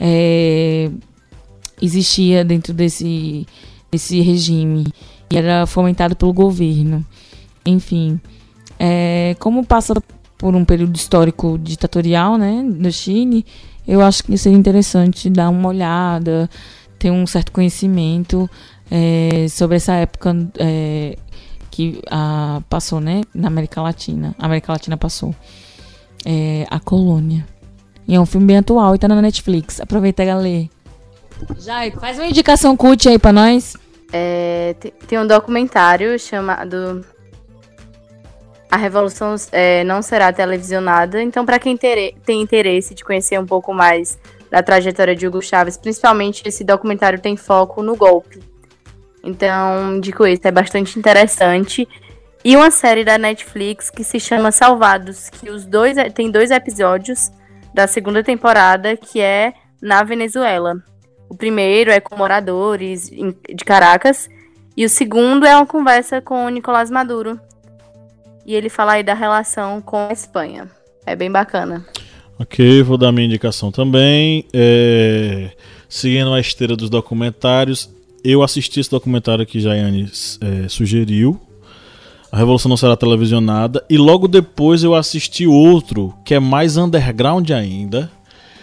existia dentro desse regime e era fomentado pelo governo. Enfim, como passa por um período histórico ditatorial, né, no Chile, eu acho que seria interessante dar uma olhada, ter um certo conhecimento sobre essa época que passou, né, na América Latina. A América Latina passou. A Colônia. E é um filme bem atual e tá na Netflix. Aproveita, galera. Jai, faz uma indicação cult aí pra nós. Tem um documentário chamado A Revolução Não Será Televisionada. Então, para quem tem interesse de conhecer um pouco mais da trajetória de Hugo Chávez, principalmente esse documentário tem foco no golpe. Então, indico isso, é bastante interessante. E uma série da Netflix que se chama Salvados, que tem 2 episódios da segunda temporada, que é na Venezuela. O primeiro é com moradores de Caracas, e o segundo é uma conversa com o Nicolás Maduro. E ele fala aí da relação com a Espanha. É bem bacana. Ok, vou dar minha indicação também. Seguindo a esteira dos documentários, eu assisti esse documentário que Jaiane sugeriu, A Revolução Não Será Televisionada. E logo depois eu assisti outro, que é mais underground ainda,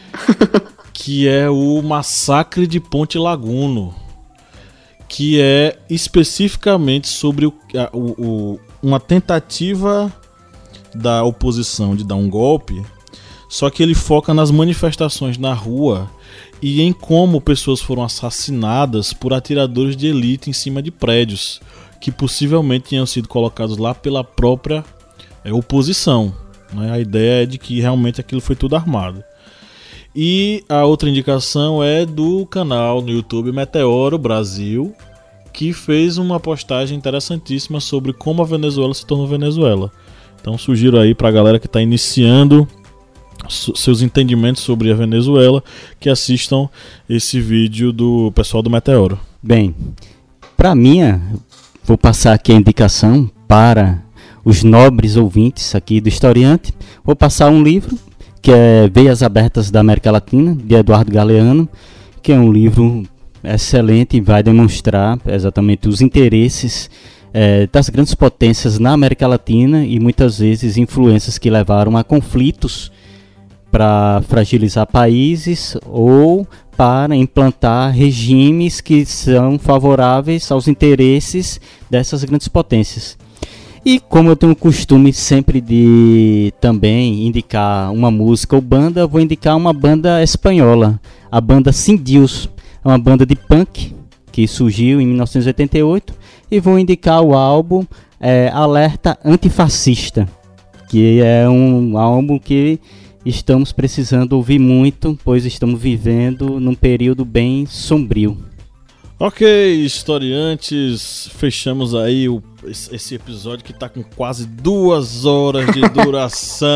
que é o Massacre de Ponte Laguno, que é especificamente sobre uma tentativa da oposição de dar um golpe, só que ele foca nas manifestações na rua e em como pessoas foram assassinadas por atiradores de elite em cima de prédios que possivelmente tinham sido colocados lá pela própria oposição, né? A ideia é de que realmente aquilo foi tudo armado. E a outra indicação é do canal no YouTube Meteoro Brasil, que fez uma postagem interessantíssima sobre como a Venezuela se tornou Venezuela. Então sugiro aí pra galera que está iniciando seus entendimentos sobre a Venezuela que assistam esse vídeo do pessoal do Meteoro. Bem, para mim, vou passar aqui a indicação para os nobres ouvintes aqui do Historiante. Vou passar um livro que é Veias Abertas da América Latina, de Eduardo Galeano, que é um livro excelente e vai demonstrar exatamente os interesses das grandes potências na América Latina e muitas vezes influências que levaram a conflitos para fragilizar países ou para implantar regimes que são favoráveis aos interesses dessas grandes potências. E como eu tenho o costume sempre de também indicar uma música ou banda, vou indicar uma banda espanhola, a banda Sin Dios. É uma banda de punk que surgiu em 1988 e vou indicar o álbum Alerta Antifascista, que é um álbum que estamos precisando ouvir muito, pois estamos vivendo num período bem sombrio. Ok, historiantes, fechamos aí esse episódio que tá com quase 2 horas de duração.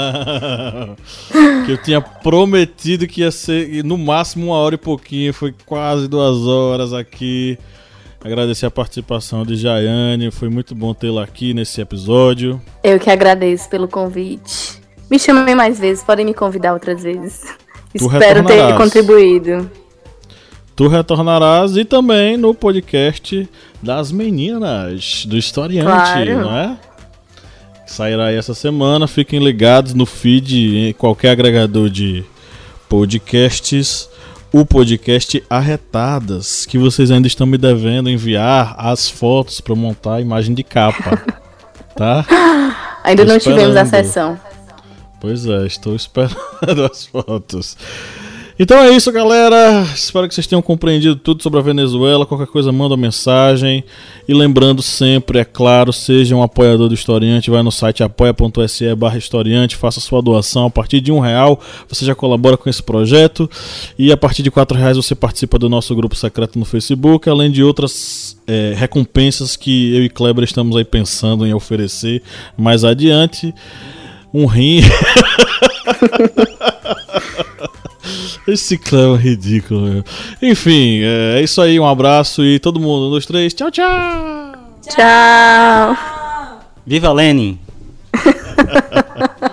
Que eu tinha prometido que ia ser no máximo 1 hora e pouquinho, foi quase 2 horas aqui. Agradecer a participação de Jaiane, foi muito bom tê-la aqui nesse episódio. Eu que agradeço pelo convite. Me chamem mais vezes, podem me convidar outras vezes. Espero ter contribuído. Tu retornarás e também no podcast das meninas do Historiante, claro. Não é? Sairá aí essa semana, fiquem ligados no feed, em qualquer agregador de podcasts, o podcast Arretadas, que vocês ainda estão me devendo enviar as fotos para montar a imagem de capa, tá? Ainda não tivemos a sessão. Pois é, estou esperando as fotos. Então é isso, galera. Espero que vocês tenham compreendido tudo sobre a Venezuela. Qualquer coisa, manda mensagem. E lembrando sempre, é claro, seja um apoiador do Historiante. Vai no site apoia.se/historiante. Faça sua doação. A partir de R$1 você já colabora com esse projeto. E a partir de R$4 você participa do nosso grupo secreto no Facebook. Além de outras recompensas que eu e Kleber estamos aí pensando em oferecer mais adiante. Um rim. Esse clã é ridículo, meu. Enfim, é isso aí, um abraço e todo mundo, 1, 2, 3, tchau, tchau! Tchau! Viva Lenin!